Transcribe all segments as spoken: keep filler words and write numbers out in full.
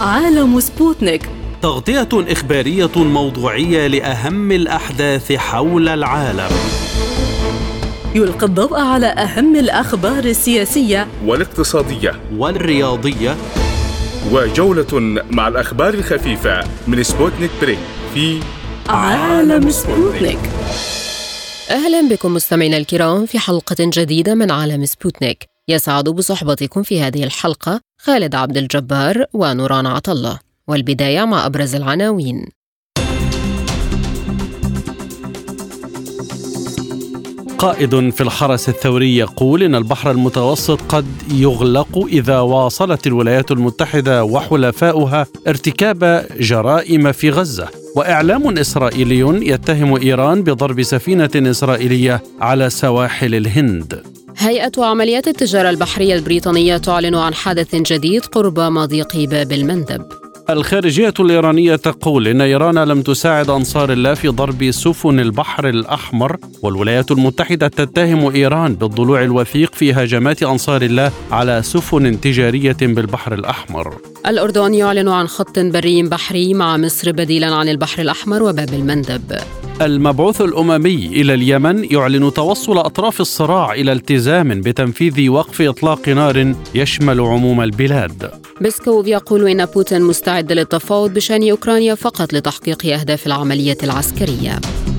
عالم سبوتنيك، تغطية إخبارية موضوعية لأهم الأحداث حول العالم. يلقي الضوء على أهم الأخبار السياسية والاقتصادية والرياضية، وجولة مع الأخبار الخفيفة من سبوتنيك بريك في عالم سبوتنيك. أهلا بكم مستمعينا الكرام في حلقة جديدة من عالم سبوتنيك. يسعد بصحبتكم في هذه الحلقة خالد عبد الجبار ونوران عطلة، والبداية مع أبرز العناوين. قائد في الحرس الثوري يقول إن البحر المتوسط قد يغلق إذا واصلت الولايات المتحدة وحلفاؤها ارتكاب جرائم في غزة. وإعلام إسرائيلي يتهم إيران بضرب سفينة إسرائيلية على سواحل الهند. هيئة عمليات التجارة البحرية البريطانية تعلن عن حادث جديد قرب مضيق باب المندب. الخارجية الإيرانية تقول إن إيران لم تساعد أنصار الله في ضرب سفن البحر الأحمر، والولايات المتحدة تتهم إيران بالضلوع الوثيق في هجمات أنصار الله على سفن تجارية بالبحر الأحمر. الأردن يعلن عن خط بري بحري مع مصر بديلا عن البحر الأحمر وباب المندب. المبعوث الأممي إلى اليمن يعلن توصل أطراف الصراع إلى التزام بتنفيذ وقف إطلاق نار يشمل عموم البلاد. بيسكوف يقول إن بوتين مستعد للتفاوض بشأن أوكرانيا فقط لتحقيق أهداف العملية العسكرية.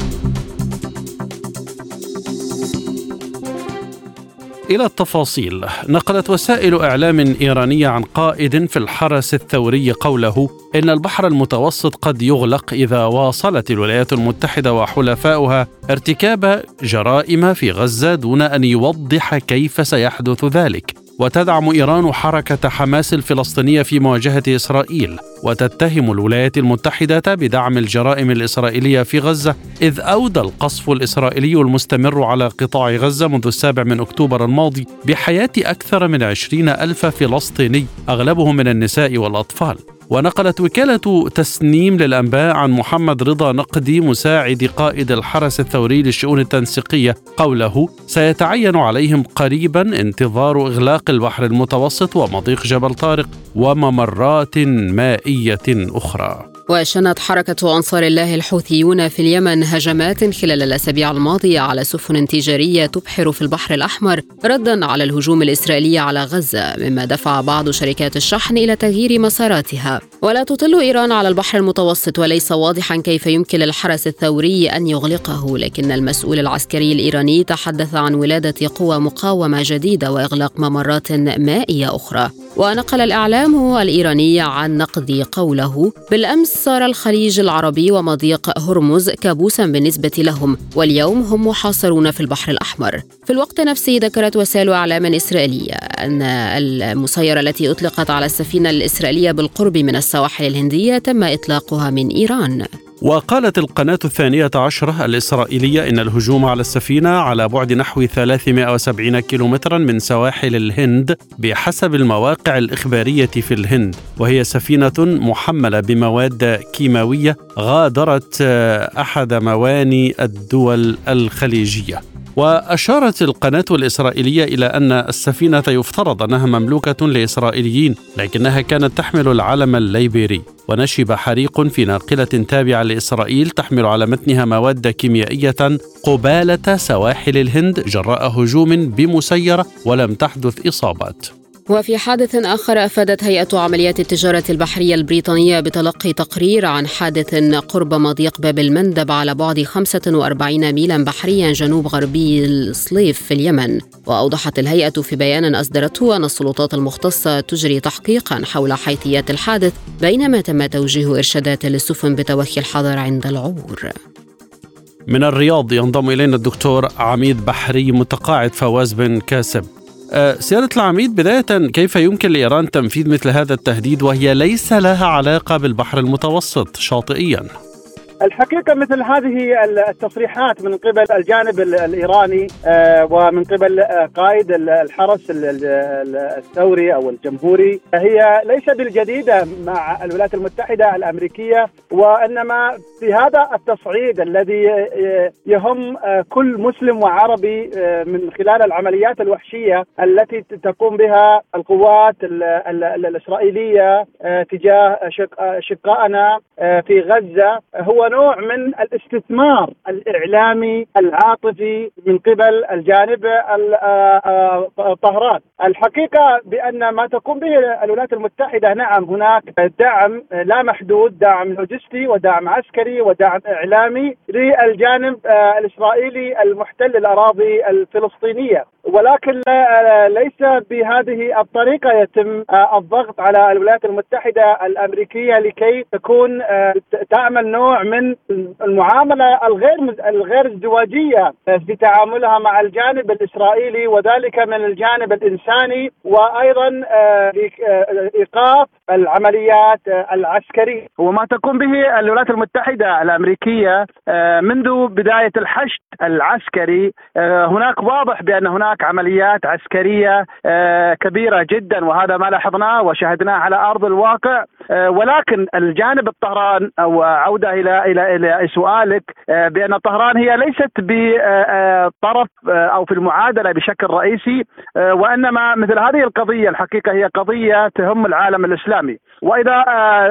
إلى التفاصيل. نقلت وسائل إعلام إيرانية عن قائد في الحرس الثوري قوله إن البحر المتوسط قد يغلق إذا واصلت الولايات المتحدة وحلفاؤها ارتكاب جرائم في غزة دون أن يوضح كيف سيحدث ذلك. وتدعم إيران حركة حماس الفلسطينية في مواجهة إسرائيل، وتتهم الولايات المتحدة بدعم الجرائم الإسرائيلية في غزة، إذ أودى القصف الإسرائيلي المستمر على قطاع غزة منذ السابع من أكتوبر الماضي بحياة أكثر من عشرين ألف فلسطيني، أغلبهم من النساء والأطفال. ونقلت وكالة تسنيم للأنباء عن محمد رضا نقدي مساعد قائد الحرس الثوري للشؤون التنسيقية قوله سيتعين عليهم قريبا انتظار إغلاق البحر المتوسط ومضيق جبل طارق وممرات مائية أخرى. وشنت حركة أنصار الله الحوثيون في اليمن هجمات خلال الأسابيع الماضية على سفن تجارية تبحر في البحر الأحمر ردا على الهجوم الإسرائيلي على غزة، مما دفع بعض شركات الشحن إلى تغيير مساراتها. ولا تطل إيران على البحر المتوسط، وليس واضحا كيف يمكن للحرس الثوري أن يغلقه، لكن المسؤول العسكري الإيراني تحدث عن ولادة قوى مقاومة جديدة وإغلاق ممرات مائية أخرى. ونقل الإعلام الإيراني عن نقد قوله بالأمس صار الخليج العربي ومضيق هرمز كابوسا بالنسبة لهم، واليوم هم محاصرون في البحر الأحمر. في الوقت نفسه ذكرت وسائل إعلام إسرائيلية أن المسيرة التي أطلقت على السفينة الإسرائيلية بالقرب من السواحل الهندية تم إطلاقها من إيران. وقالت القناة الثانية عشرة الإسرائيلية إن الهجوم على السفينة على بعد نحو ثلاثمائة وسبعين كيلومترا من سواحل الهند بحسب المواقع الإخبارية في الهند، وهي سفينة محملة بمواد كيماوية غادرت أحد مواني الدول الخليجية. وأشارت القناة الإسرائيلية إلى أن السفينة يفترض أنها مملوكة لإسرائيليين، لكنها كانت تحمل العلم الليبيري. ونشب حريق في ناقلة تابعة لإسرائيل تحمل على متنها مواد كيميائية قبالة سواحل الهند جراء هجوم بمسيرة، ولم تحدث إصابات. وفي حادث آخر أفادت هيئة عمليات التجارة البحرية البريطانية بتلقي تقرير عن حادث قرب مضيق باب المندب على بعد خمسة وأربعين ميلا بحريا جنوب غربي الصليف في اليمن. وأوضحت الهيئة في بيان أصدرته أن السلطات المختصة تجري تحقيقا حول حيثيات الحادث، بينما تم توجيه إرشادات للسفن بتوخي الحذر عند العبور. من الرياض ينضم إلينا الدكتور عميد بحري متقاعد فواز بن كاسب. سيادة العميد، بداية كيف يمكن لإيران تنفيذ مثل هذا التهديد وهي ليس لها علاقة بالبحر المتوسط شاطئيا؟ الحقيقة مثل هذه التصريحات من قبل الجانب الإيراني ومن قبل قائد الحرس الثوري أو الجمهوري هي ليس بالجديدة مع الولايات المتحدة الأمريكية، وإنما في هذا التصعيد الذي يهم كل مسلم وعربي من خلال العمليات الوحشية التي تقوم بها القوات الإسرائيلية تجاه شقائنا في غزة، هو نوع من الاستثمار الإعلامي العاطفي من قبل الجانب طهران. الحقيقة بأن ما تقوم به الولايات المتحدة، نعم هناك دعم لا محدود، دعم لوجستي ودعم عسكري ودعم إعلامي للجانب الإسرائيلي المحتل الأراضي الفلسطينية، ولكن ليس بهذه الطريقة يتم الضغط على الولايات المتحدة الأمريكية لكي تكون تعمل نوع من المعاملة الغير الغير ازدواجية في تعاملها مع الجانب الإسرائيلي، وذلك من الجانب الإنساني، وأيضا إيقاف العمليات العسكرية. وما تقوم به الولايات المتحدة الأمريكية منذ بداية الحشد العسكري، هناك واضح بأن هناك عمليات عسكرية كبيرة جدا، وهذا ما لاحظناه وشاهدناه على أرض الواقع. ولكن الجانب الطهران، أو عودة إلى إلى إلى سؤالك، بأن طهران هي ليست بطرف أو في المعادلة بشكل رئيسي، وإنما مثل هذه القضية الحقيقة هي قضية تهم العالم الإسلامي. وإذا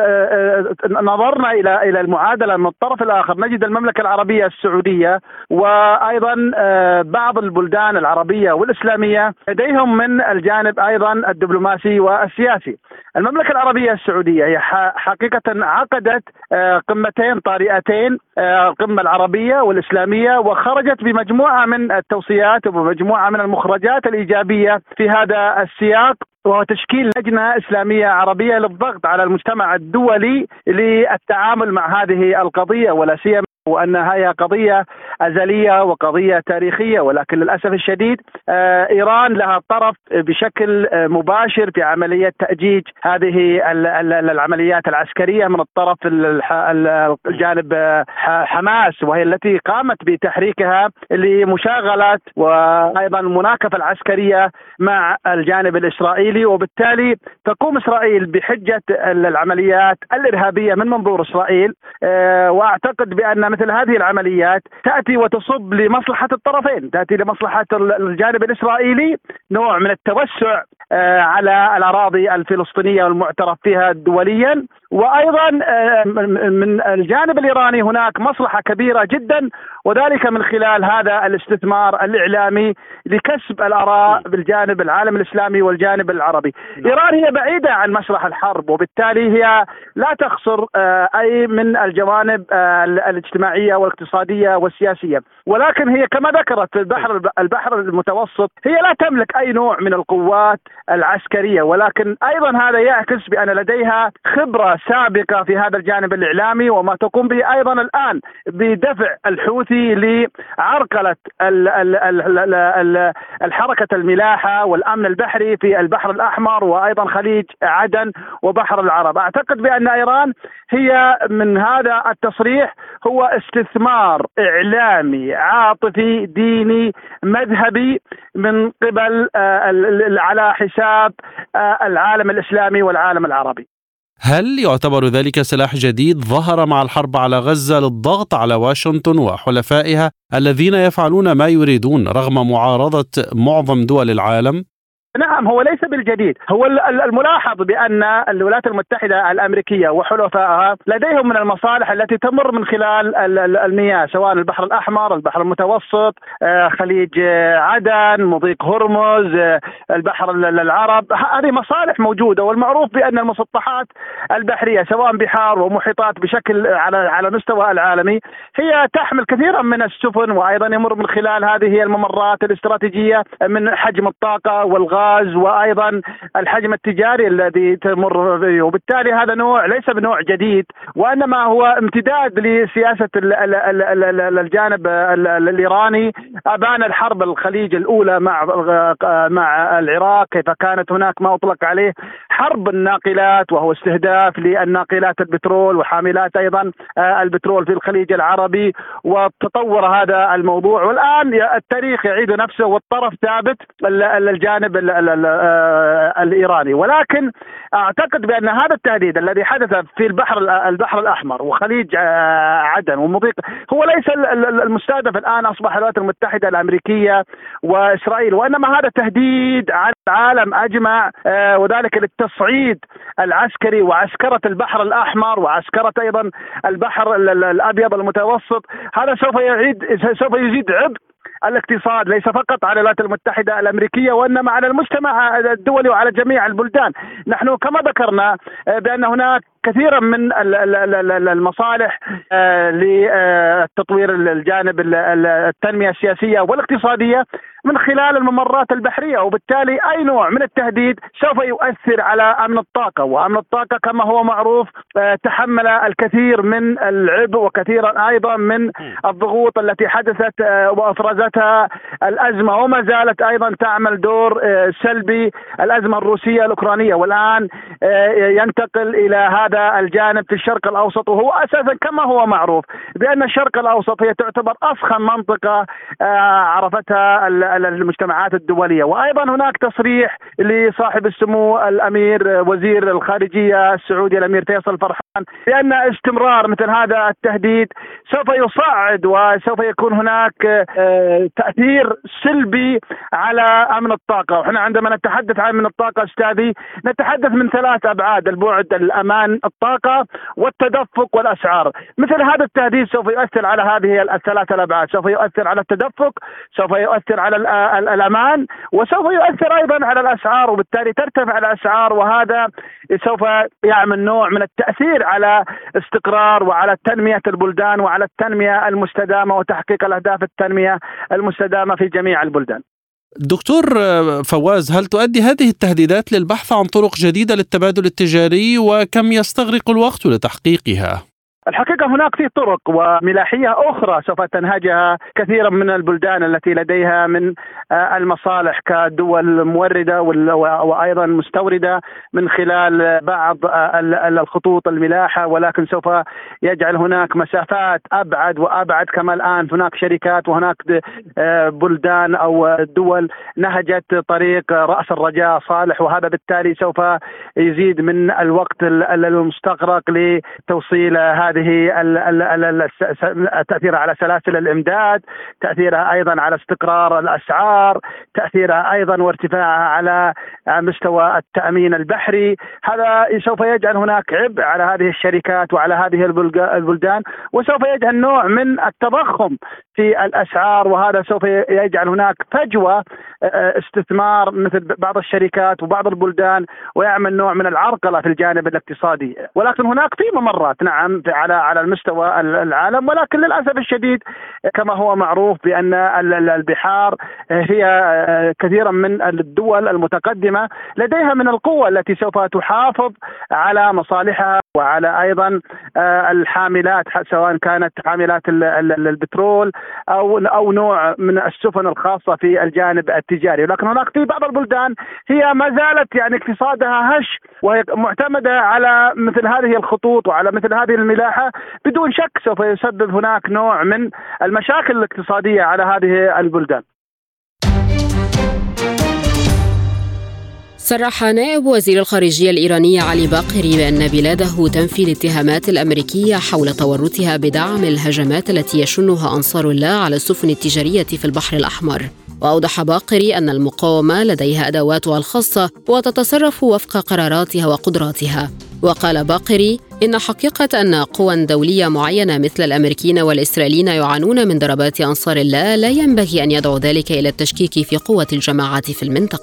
نظرنا إلى إلى المعادلة من الطرف الآخر نجد المملكة العربية السعودية وأيضا بعض البلدان العربية والإسلامية لديهم من الجانب أيضا الدبلوماسي والسياسي. المملكة العربية السعودية هي حقيقة عقدت قمتين طارئتين، القمة العربية والإسلامية، وخرجت بمجموعة من التوصيات وبمجموعة من المخرجات الإيجابية في هذا السياق، وهو تشكيل لجنة إسلامية عربية للضغط على المجتمع الدولي للتعامل مع هذه القضية، ولا سيما وأنها هي قضية أزلية وقضية تاريخية. ولكن للأسف الشديد إيران لها طرف بشكل مباشر في عملية تأجيج هذه العمليات العسكرية من الطرف الجانب حماس، وهي التي قامت بتحريكها لمشاغلة وأيضا المناكفة العسكرية مع الجانب الإسرائيلي. وبالتالي تقوم إسرائيل بحجة العمليات الإرهابية من منظور إسرائيل، وأعتقد بأن مثل هذه العمليات تأتي وتصب لمصلحة الطرفين، تأتي لمصلحة الجانب الإسرائيلي نوع من التوسع على الأراضي الفلسطينية والمعترف فيها دوليا، وأيضا من الجانب الإيراني هناك مصلحة كبيرة جدا، وذلك من خلال هذا الاستثمار الإعلامي لكسب الآراء بالجانب العالم الإسلامي والجانب العربي. إيران هي بعيدة عن مسرح الحرب، وبالتالي هي لا تخسر أي من الجوانب الاجتماعية والاقتصادية والسياسية، ولكن هي كما ذكرت في البحر البحر المتوسط هي لا تملك أي نوع من القوات العسكرية، ولكن أيضا هذا يعكس بأن لديها خبرة سابقة في هذا الجانب الإعلامي، وما تقوم به أيضا الآن بدفع الحوثي لعرقلة الحركة الملاحة والأمن البحري في البحر الأحمر وأيضا خليج عدن وبحر العرب. أعتقد بأن إيران هي من هذا التصريح هو استثمار إعلامي عاطفي ديني مذهبي من قبل على حساب العالم الإسلامي والعالم العربي. هل يعتبر ذلك سلاح جديد ظهر مع الحرب على غزة للضغط على واشنطن وحلفائها الذين يفعلون ما يريدون رغم معارضة معظم دول العالم؟ نعم، هو ليس بالجديد. هو الملاحظ بأن الولايات المتحدة الأمريكية وحلفائها لديهم من المصالح التي تمر من خلال المياه، سواء البحر الأحمر، البحر المتوسط، خليج عدن، مضيق هرمز، البحر العرب. هذه مصالح موجودة، والمعروف بأن المسطحات البحرية سواء بحار ومحيطات بشكل على على مستوى العالمي هي تحمل كثيرا من السفن، وأيضا يمر من خلال هذه الممرات الاستراتيجية من حجم الطاقة والغاز الغاز وأيضا الحجم التجاري الذي تمر به، وبالتالي هذا نوع ليس بنوع جديد، وإنما هو امتداد لسياسة الجانب الإيراني. أبان الحرب الخليج الأولى مع مع العراق كيف كانت هناك ما أطلق عليه حرب الناقلات، وهو استهداف للناقلات البترول وحاملات أيضا البترول في الخليج العربي، وتطور هذا الموضوع. والآن التاريخ يعيد نفسه والطرف ثابت الجانب الإيراني. ولكن أعتقد بأن هذا التهديد الذي حدث في البحر البحر الأحمر وخليج عدن ومضيق هو ليس المستهدف الآن أصبح الولايات المتحدة الأمريكية وإسرائيل، وإنما هذا تهديد على العالم أجمع، وذلك للتصعيد العسكري وعسكرة البحر الأحمر وعسكرة أيضا البحر الأبيض المتوسط. هذا سوف يعيد سوف يزيد عبء الاقتصاد ليس فقط على الولايات المتحدة الأمريكية وإنما على المجتمع الدولي وعلى جميع البلدان. نحن كما ذكرنا بأن هناك كثيرا من المصالح لتطوير الجانب التنمية السياسية والاقتصادية من خلال الممرات البحرية، وبالتالي أي نوع من التهديد سوف يؤثر على أمن الطاقة، وأمن الطاقة كما هو معروف تحمل الكثير من العبء وكثيرا أيضا من الضغوط التي حدثت وأفرزتها الأزمة، وما زالت أيضا تعمل دور سلبي الأزمة الروسية الأوكرانية، والآن ينتقل إلى هذا الجانب في الشرق الأوسط. وهو أساسا كما هو معروف بأن الشرق الأوسط هي تعتبر أفخم منطقة عرفتها المجتمعات الدولية. وأيضا هناك تصريح لصاحب السمو الأمير وزير الخارجية السعودي الأمير فيصل فرحان بأن استمرار مثل هذا التهديد سوف يصعد وسوف يكون هناك تأثير سلبي على أمن الطاقة. وإحنا عندما نتحدث عن أمن الطاقة أستاذي نتحدث من ثلاث أبعاد: البعد الأمان الطاقة والتدفق والأسعار. مثل هذا التهديد سوف يؤثر على هذه الثلاث الأبعاد، سوف يؤثر على التدفق، سوف يؤثر على الأمان، وسوف يؤثر أيضا على الأسعار، وبالتالي ترتفع الأسعار، وهذا سوف يعمل نوع من التأثير على استقرار وعلى تنمية البلدان وعلى التنمية المستدامة وتحقيق الأهداف التنمية المستدامة في جميع البلدان. دكتور فواز، هل تؤدي هذه التهديدات للبحث عن طرق جديدة للتبادل التجاري، وكم يستغرق الوقت لتحقيقها؟ الحقيقة هناك في طرق وملاحية أخرى سوف تنهجها كثيرا من البلدان التي لديها من المصالح كدول موردة وأيضا مستوردة من خلال بعض الخطوط الملاحة، ولكن سوف يجعل هناك مسافات أبعد وأبعد. كما الآن هناك شركات وهناك بلدان أو دول نهجت طريق رأس الرجاء صالح، وهذا بالتالي سوف يزيد من الوقت المستغرق لتوصيل هذه تأثيرها على سلاسل الإمداد، تأثيرها أيضا على استقرار الأسعار، تأثيرها أيضا وارتفاعها على مستوى التأمين البحري. هذا سوف يجعل هناك عبء على هذه الشركات وعلى هذه البلدان، وسوف يجعل نوع من التضخم في الأسعار، وهذا سوف يجعل هناك فجوة استثمار مثل بعض الشركات وبعض البلدان، ويعمل نوع من العرقلة في الجانب الاقتصادي. ولكن هناك في ممرات نعم على على المستوى العالم، ولكن للأسف الشديد كما هو معروف بأن البحار هي كثيرا من الدول المتقدمة لديها من القوة التي سوف تحافظ على مصالحها وعلى أيضا الحاملات، سواء كانت حاملات البترول أو أو نوع من السفن الخاصة في الجانب التجاري. لكن هناك في بعض البلدان هي ما زالت يعني اقتصادها هش، وهي معتمدة على مثل هذه الخطوط وعلى مثل هذه الملاحة، بدون شك سوف يسبب هناك نوع من المشاكل الاقتصادية على هذه البلدان. صرح نائب وزير الخارجية الإيراني علي باقري بأن بلاده تنفي الاتهامات الأمريكية حول تورطها بدعم الهجمات التي يشنها أنصار الله على السفن التجارية في البحر الأحمر. وأوضح باقري أن المقاومة لديها أدواتها الخاصة وتتصرف وفق قراراتها وقدراتها. وقال باقري إن حقيقة أن قوى دولية معينة مثل الأمريكيين والإسرائيليين يعانون من ضربات أنصار الله لا ينبغي أن يدعو ذلك إلى التشكيك في قوة الجماعات في المنطقة.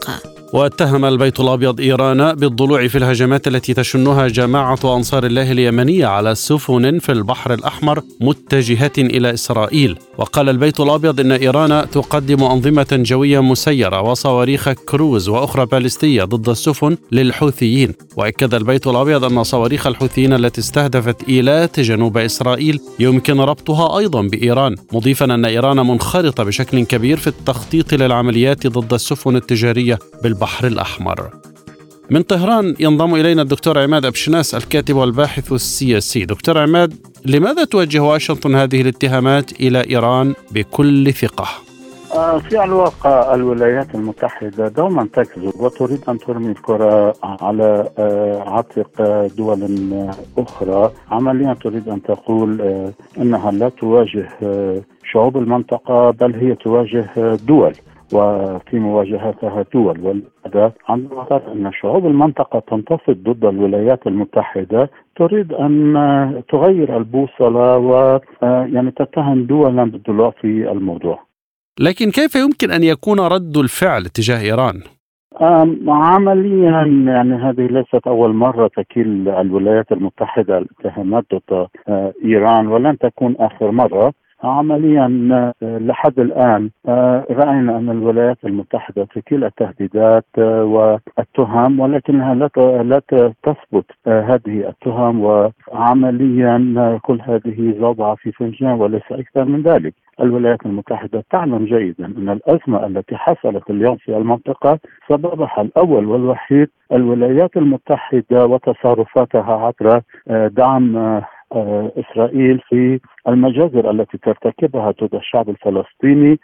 واتهم البيت الأبيض إيران بالضلوع في الهجمات التي تشنها جماعة أنصار الله اليمنية على سفن في البحر الأحمر متجهة إلى إسرائيل. وقال البيت الأبيض إن إيران تقدم أنظمة جوية مسيرة وصواريخ كروز وأخرى باليستية ضد السفن للحوثيين. وأكد البيت الأبيض أن صواريخ الحوثيين التي استهدفت إيلات جنوب إسرائيل يمكن ربطها أيضا بإيران، مضيفا أن إيران منخرطة بشكل كبير في التخطيط للعمليات ضد السفن التجارية بالبحر الأحمر. من طهران ينضم إلينا الدكتور عماد أبشناس الكاتب والباحث السياسي. دكتور عماد، لماذا توجه واشنطن هذه الاتهامات إلى إيران بكل ثقة؟ في الواقع الولايات المتحدة دوما تكذب وتريد أن ترمي الكرة على عاتق دول أخرى. عمليا تريد أن تقول أنها لا تواجه شعوب المنطقة بل هي تواجه دول، وفي مواجهتها دول. ولهذا عندما ترى أن شعوب المنطقة تنتفض ضد الولايات المتحدة تريد أن تغير البوصلة ويعني تتهم دولا بالضلوع في الموضوع. لكن كيف يمكن أن يكون رد الفعل تجاه إيران؟ عمليا يعني هذه ليست أول مرة تكيل الولايات المتحدة الاتهامات ضد إيران، ولن تكون آخر مرة. عمليا لحد الآن رأينا أن الولايات المتحدة تكيل التهديدات والتهم، ولكنها لا تثبت هذه التهم، وعمليا كل هذه زوضعة في فنجان وليس أكثر من ذلك. الولايات المتحدة تعلم جيدا أن الأزمة التي حصلت اليوم في المنطقة سببها الأول والوحيد الولايات المتحدة وتصرفاتها عبر دعم إسرائيل في المجازر التي ترتكبها ضد الشعب الفلسطيني،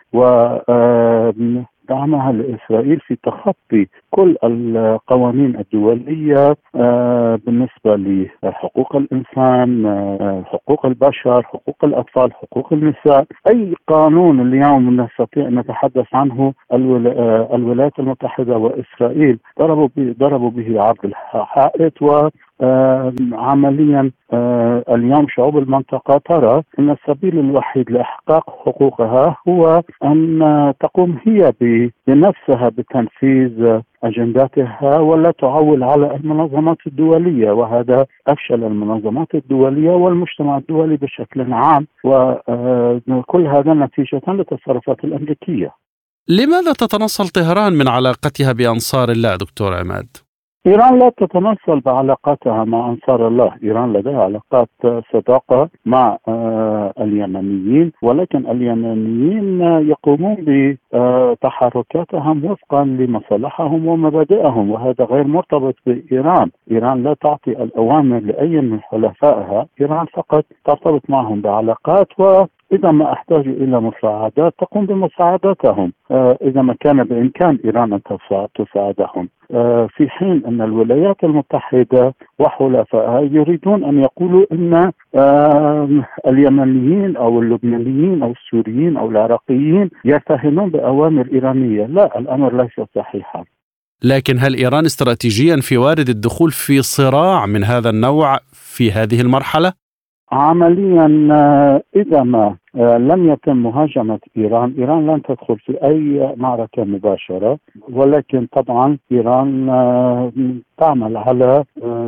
ودعمها لإسرائيل في تخطي كل القوانين الدولية بالنسبة لحقوق الإنسان، حقوق البشر، حقوق الأطفال، حقوق النساء. أي قانون اليوم نستطيع أن نتحدث عنه الولايات المتحدة وإسرائيل ضربوا به ضربوا به عرض الحائط. و آه عمليا آه اليوم شعوب المنطقة ترى أن السبيل الوحيد لإحقاق حقوقها هو أن تقوم هي بنفسها بتنفيذ أجنداتها ولا تعول على المنظمات الدولية، وهذا أفشل المنظمات الدولية والمجتمع الدولي بشكل عام، وكل هذا نتيجة للتصرفات الأمريكية. لماذا تتنصل طهران من علاقتها بأنصار الله دكتور عماد؟ إيران لا تتمثل بعلاقاتها مع أنصار الله. إيران لديها علاقات صداقة مع اليمنيين، ولكن اليمنيين يقومون بتحركاتهم وفقا لمصالحهم ومبادئهم، وهذا غير مرتبط بإيران. إيران لا تعطي الأوامر لأي من حلفائها، إيران فقط ترتبط معهم بعلاقات، و إذا ما احتاجوا إلى مساعدات تقوم بمساعدتهم إذا ما كان بإمكان إيران أن تساعدهم، في حين أن الولايات المتحدة وحلفائها يريدون أن يقولوا أن اليمنيين أو اللبنانيين أو السوريين أو العراقيين يرتهنون بأوامر إيرانية. لا، الأمر ليس صحيحا. لكن هل إيران استراتيجيا في وارد الدخول في صراع من هذا النوع في هذه المرحلة؟ عمليا إذا ما لم يتم مهاجمة إيران، إيران لن تدخل في أي معركة مباشرة، ولكن طبعا إيران تعمل على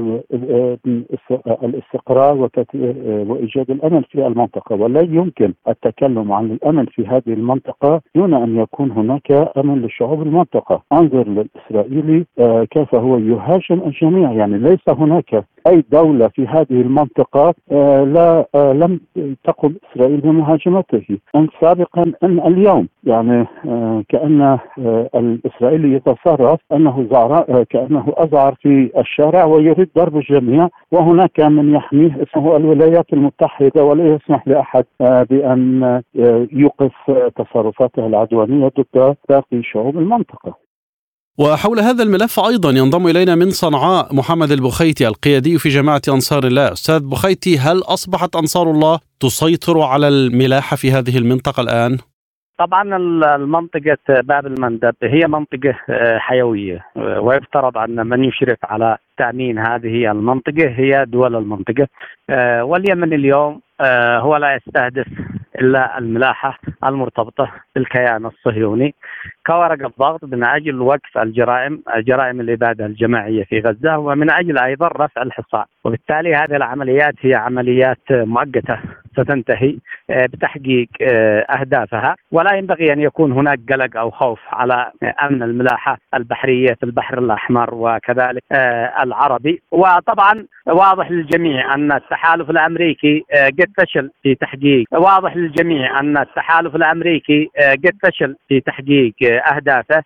الاستقرار وإيجاد الأمن في المنطقة، ولا يمكن التكلم عن الأمن في هذه المنطقة دون أن يكون هناك أمن لشعوب المنطقة. انظر للإسرائيلي كيف هو يهاجم الجميع، يعني ليس هناك أي دولة في هذه المنطقة لا لم تقم إسرائيل بمهاجمته أن سابقا أن اليوم، يعني كأن الإسرائيلي يتصرف أنه زعراء، كأنه أزعر في الشارع ويريد ضرب الجميع، وهناك من يحميه اسمه الولايات المتحدة، ولا يسمح لأحد بأن يوقف تصرفاته العدوانية ضد باقي شعوب المنطقة. وحول هذا الملف أيضا ينضم إلينا من صنعاء محمد البخيتي القيادي في جماعة أنصار الله. أستاذ بخيتي، هل أصبحت أنصار الله تسيطر على الملاحة في هذه المنطقة الآن؟ طبعا المنطقة باب المندب هي منطقة حيوية، ويفترض أن من يشرف على تأمين هذه المنطقة هي دول المنطقة، واليمن اليوم هو لا يستهدف إلا الملاحة المرتبطة بالكيان الصهيوني كورقة ضغط من أجل وقف الجرائم جرائم الإبادة الجماعية في غزة، ومن أجل أيضا رفع الحصار. وبالتالي هذه العمليات هي عمليات مؤقتة ستنتهي بتحقيق أهدافها، ولا ينبغي أن يكون هناك قلق أو خوف على أمن الملاحة البحرية في البحر الأحمر وكذلك العربي. وطبعا واضح للجميع أن التحالف الأمريكي قد فشل في تحقيق واضح للجميع أن التحالف الأمريكي قد فشل في تحقيق أهدافه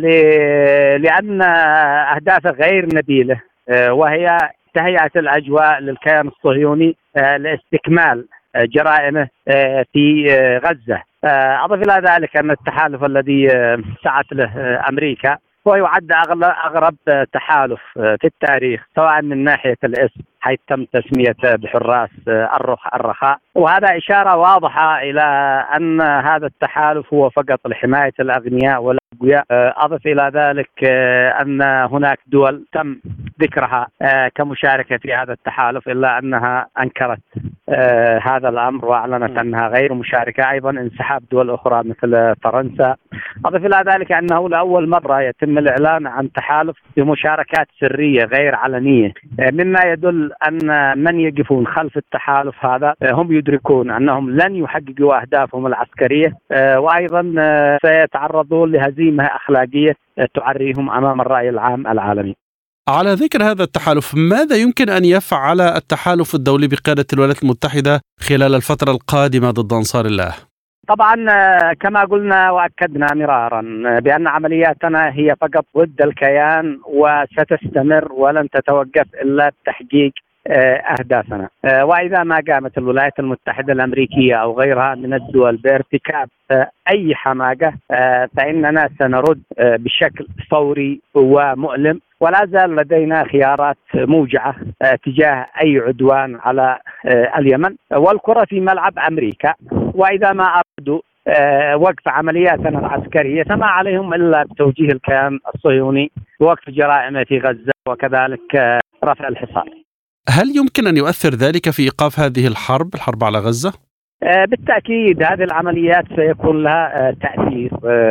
لأن أهدافه غير نبيلة، وهي تهيئة الأجواء للكيان الصهيوني لاستكمال جرائمه في غزة. أضف إلى ذلك أن التحالف الذي سعت له أمريكا هو يعد أغرب تحالف في التاريخ، سواء من ناحية الاسم حيث تم تسميته بحراس الرخاء، وهذا إشارة واضحة إلى أن هذا التحالف هو فقط لحماية الأغنياء والأقوياء. أضف إلى ذلك أن هناك دول تم ذكرها كمشاركة في هذا التحالف إلا أنها أنكرت هذا الأمر وأعلنت أنها غير مشاركة. أيضا انسحاب دول أخرى مثل فرنسا. أضف إلى ذلك أنه لأول مرة يتم الإعلان عن تحالف بمشاركات سرية غير علنية، مما يدل أن من يقفون خلف التحالف هذا هم يدركون أنهم لن يحققوا أهدافهم العسكرية، وأيضا سيتعرضون لهزيمة أخلاقية تعريهم أمام الرأي العام العالمي. على ذكر هذا التحالف، ماذا يمكن أن يفعل التحالف الدولي بقيادة الولايات المتحدة خلال الفترة القادمة ضد أنصار الله؟ طبعا كما قلنا وأكدنا مرارا بأن عملياتنا هي فقط ضد الكيان وستستمر ولن تتوقف إلا بتحقيق أهدافنا. وإذا ما قامت الولايات المتحدة الأمريكية أو غيرها من الدول بارتكاب أي حماقة فإننا سنرد بشكل فوري ومؤلم، ولا زال لدينا خيارات موجعة تجاه أي عدوان على اليمن، والكرة في ملعب أمريكا. وإذا ما أرادوا وقف عملياتنا العسكرية فما عليهم إلا بتوجيه الكيان الصهيوني ووقف جرائمه في غزة وكذلك رفع الحصار. هل يمكن أن يؤثر ذلك في إيقاف هذه الحرب الحرب على غزة؟ بالتأكيد هذه العمليات سيكون لها تأثير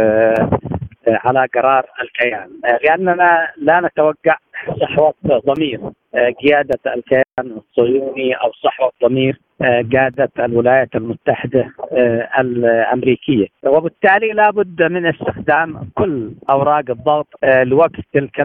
على قرار الكيان، لأننا لا نتوقع صحوة ضمير قيادة الكيان الصهيوني أو صحوة ضمير قادة الولايات المتحدة الأمريكية، وبالتالي لا بد من استخدام كل أوراق الضغط لوقف تلك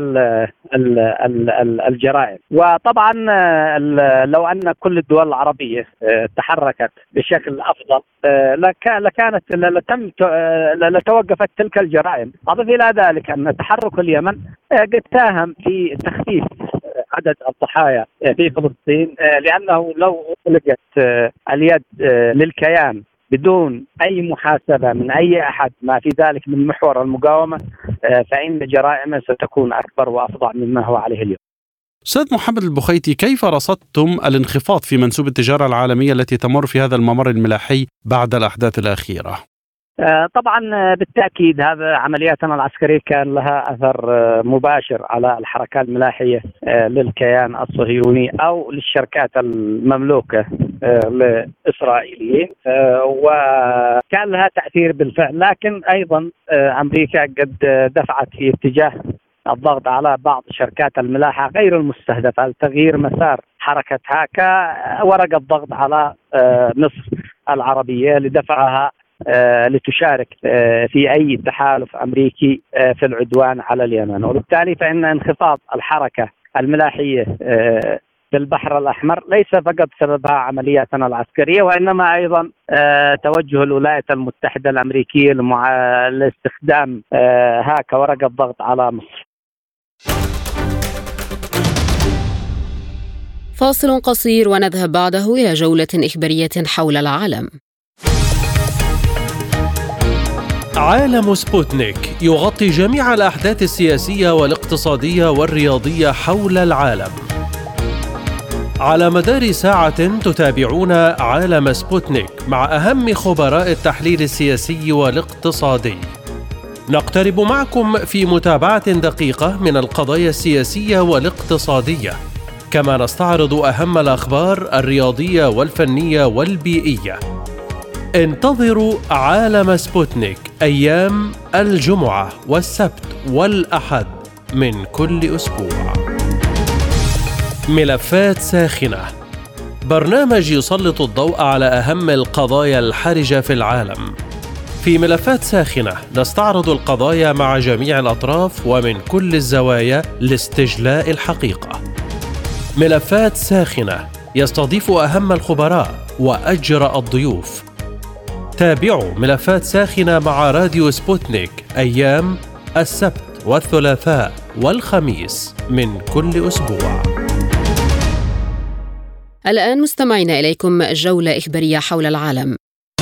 الجرائم. وطبعا لو أن كل الدول العربية تحركت بشكل أفضل لكانت لتم لتوقفت تلك الجرائم. أضف إلى ذلك أن تحرك اليمن قد ساهم في تخفيف عدد الضحايا في فلسطين، لأنه لو أطلقت اليد للكيان بدون أي محاسبة من أي أحد ما في ذلك من محور المقاومة فإن جرائمه ستكون أكبر وأفظع مما هو عليه اليوم. أستاذ محمد البخيتي، كيف رصدتم الانخفاض في منسوب التجارة العالمية التي تمر في هذا الممر الملاحي بعد الأحداث الأخيرة؟ طبعا بالتأكيد هذا عملياتنا العسكرية كان لها أثر مباشر على الحركات الملاحية للكيان الصهيوني أو للشركات المملوكة لإسرائيليين، وكان لها تأثير بالفعل. لكن أيضا أمريكا قد دفعت في اتجاه الضغط على بعض شركات الملاحة غير المستهدفة لتغيير مسار حركتها كورقة ضغط على مصر العربية لدفعها لتشارك في أي تحالف أمريكي في العدوان على اليمن. وبالتالي فإن انخفاض الحركة الملاحية في البحر الأحمر ليس فقط سببها عملياتنا العسكرية، وإنما أيضا توجه الولايات المتحدة الأمريكية لاستخدام ها كورقة ضغط على مصر. فاصل قصير ونذهب بعده إلى جولة إخبارية حول العالم. عالم سبوتنيك يغطي جميع الأحداث السياسية والاقتصادية والرياضية حول العالم. على مدار ساعة تتابعون عالم سبوتنيك مع أهم خبراء التحليل السياسي والاقتصادي. نقترب معكم في متابعة دقيقة من القضايا السياسية والاقتصادية، كما نستعرض أهم الأخبار الرياضية والفنية والبيئية. انتظروا عالم سبوتنيك أيام الجمعة والسبت والأحد من كل أسبوع. ملفات ساخنة، برنامج يسلط الضوء على أهم القضايا الحرجة في العالم. في ملفات ساخنة نستعرض القضايا مع جميع الأطراف ومن كل الزوايا لاستجلاء الحقيقة. ملفات ساخنة يستضيف أهم الخبراء وأجرأ الضيوف. تابعوا ملفات ساخنة مع راديو سبوتنيك أيام السبت والثلاثاء والخميس من كل أسبوع. الآن مستمعين إليكم جولة إخبارية حول العالم.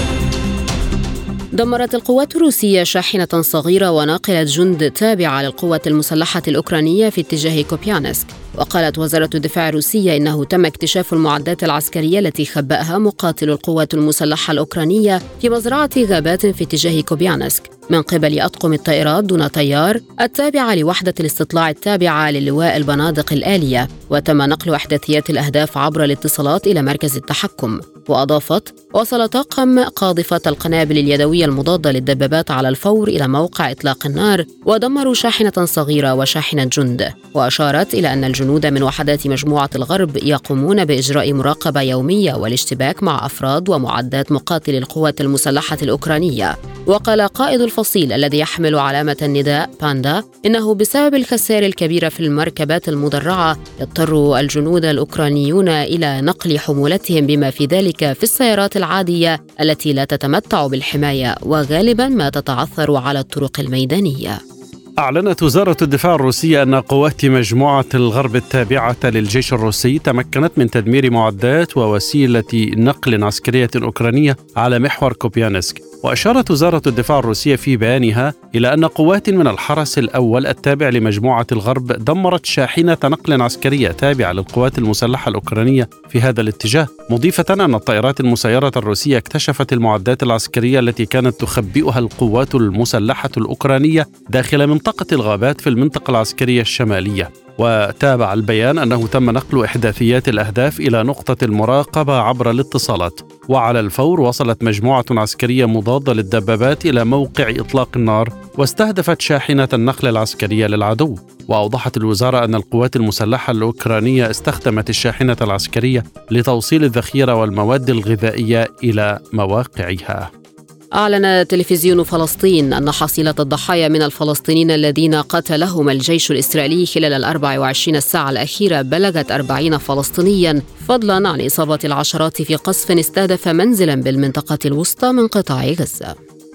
دمرت القوات الروسية شاحنة صغيرة وناقلة جند تابعة للقوات المسلحة الأوكرانية في اتجاه كوبيانسك. وقالت وزارة الدفاع الروسية إنه تم اكتشاف المعدات العسكرية التي خبأها مقاتل القوات المسلحة الأوكرانية في مزرعة غابات في اتجاه كوبيانسك من قبل أطقم الطائرات دون طيار التابعة لوحدة الاستطلاع التابعة للواء البنادق الآلية. وتم نقل إحداثيات الأهداف عبر الاتصالات إلى مركز التحكم. وأضافت: وصل طاقم قاذفة القنابل اليدوية المضادة للدبابات على الفور إلى موقع إطلاق النار ودمروا شاحنة صغيرة وشاحنة جند. وأشارت إلى أن الجنود من وحدات مجموعة الغرب يقومون بإجراء مراقبة يومية والاشتباك مع أفراد ومعدات مقاتل القوات المسلحة الأوكرانية. وقال قائد الفصيل الذي يحمل علامة النداء باندا إنه بسبب الخسائر الكبيرة في المركبات المدرعة يضطر الجنود الأوكرانيون إلى نقل حمولتهم بما في ذلك في السيارات العادية التي لا تتمتع بالحماية وغالبا ما تتعثر على الطرق الميدانية. أعلنت وزارة الدفاع الروسية أن قوات مجموعة الغرب التابعة للجيش الروسي تمكنت من تدمير معدات ووسيلة نقل عسكرية أوكرانية على محور كوبيانسك. وأشارت وزارة الدفاع الروسية في بيانها إلى أن قوات من الحرس الأول التابع لمجموعة الغرب دمرت شاحنة نقل عسكرية تابعة للقوات المسلحة الأوكرانية في هذا الاتجاه، مضيفة أن الطائرات المسيرة الروسية اكتشفت المعدات العسكرية التي كانت تخبئها القوات المسلحة الأوكرانية داخل منطقة الغابات في المنطقة العسكرية الشمالية. وتابع البيان أنه تم نقل إحداثيات الأهداف إلى نقطة المراقبة عبر الاتصالات. وعلى الفور وصلت مجموعة عسكرية مضادة للدبابات إلى موقع إطلاق النار واستهدفت شاحنة النقل العسكرية للعدو. وأوضحت الوزارة أن القوات المسلحة الأوكرانية استخدمت الشاحنة العسكرية لتوصيل الذخيرة والمواد الغذائية إلى مواقعها. أعلن تلفزيون فلسطين أن حصيلة الضحايا من الفلسطينيين الذين قتلهم الجيش الإسرائيلي خلال الأربع وعشرين الساعة الأخيرة بلغت أربعين فلسطينيا، فضلا عن إصابة العشرات في قصف استهدف منزلا بالمنطقة الوسطى من قطاع غزة.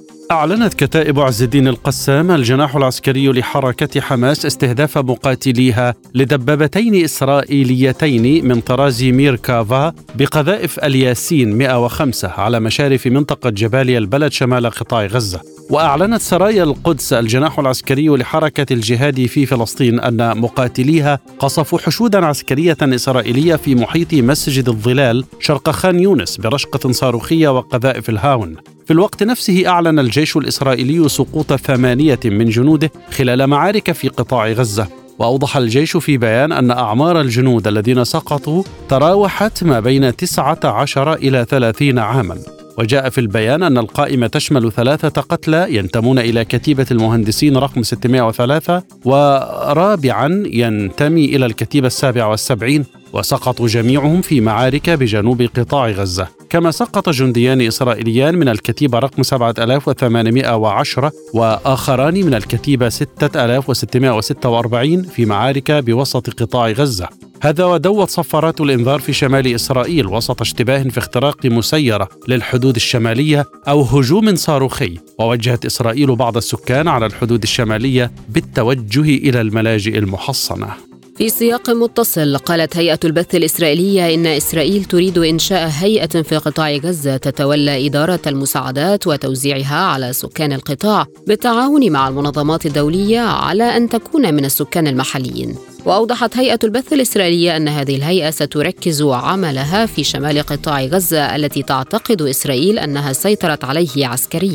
أعلنت كتائب عز الدين القسام الجناح العسكري لحركة حماس استهداف مقاتليها لدبابتين إسرائيليتين من طراز ميركافا بقذائف الياسين مئة وخمسة على مشارف منطقة جباليا البلد شمال قطاع غزة. وأعلنت سرايا القدس الجناح العسكري لحركة الجهاد في فلسطين أن مقاتليها قصفوا حشودا عسكرية إسرائيلية في محيط مسجد الظلال شرق خان يونس برشقة صاروخية وقذائف الهاون. في الوقت نفسه أعلن الجيش الإسرائيلي سقوط ثمانية من جنوده خلال معارك في قطاع غزة. وأوضح الجيش في بيان أن أعمار الجنود الذين سقطوا تراوحت ما بين تسعة عشر إلى ثلاثين عاما. وجاء في البيان أن القائمة تشمل ثلاثة قتلى ينتمون إلى كتيبة المهندسين رقم ستمائة وثلاثة، ورابعا ينتمي إلى الكتيبة السابعة والسبعين، وسقطوا جميعهم في معارك بجنوب قطاع غزة. كما سقط جنديان إسرائيليان من الكتيبة رقم سبعة آلاف وثمانمائة وعشرة وآخران من الكتيبة ستة آلاف وستمائة وستة وأربعين في معارك بوسط قطاع غزة. هذا ودوت صفارات الإنذار في شمال إسرائيل وسط اشتباه في اختراق مسيرة للحدود الشمالية أو هجوم صاروخي. ووجهت إسرائيل بعض السكان على الحدود الشمالية بالتوجه إلى الملاجئ المحصنة. في سياق متصل، قالت هيئة البث الإسرائيلية إن إسرائيل تريد إنشاء هيئة في قطاع غزة تتولى إدارة المساعدات وتوزيعها على سكان القطاع بالتعاون مع المنظمات الدولية على أن تكون من السكان المحليين. وأوضحت هيئة البث الإسرائيلية أن هذه الهيئة ستركز عملها في شمال قطاع غزة التي تعتقد إسرائيل أنها سيطرت عليه عسكرياً.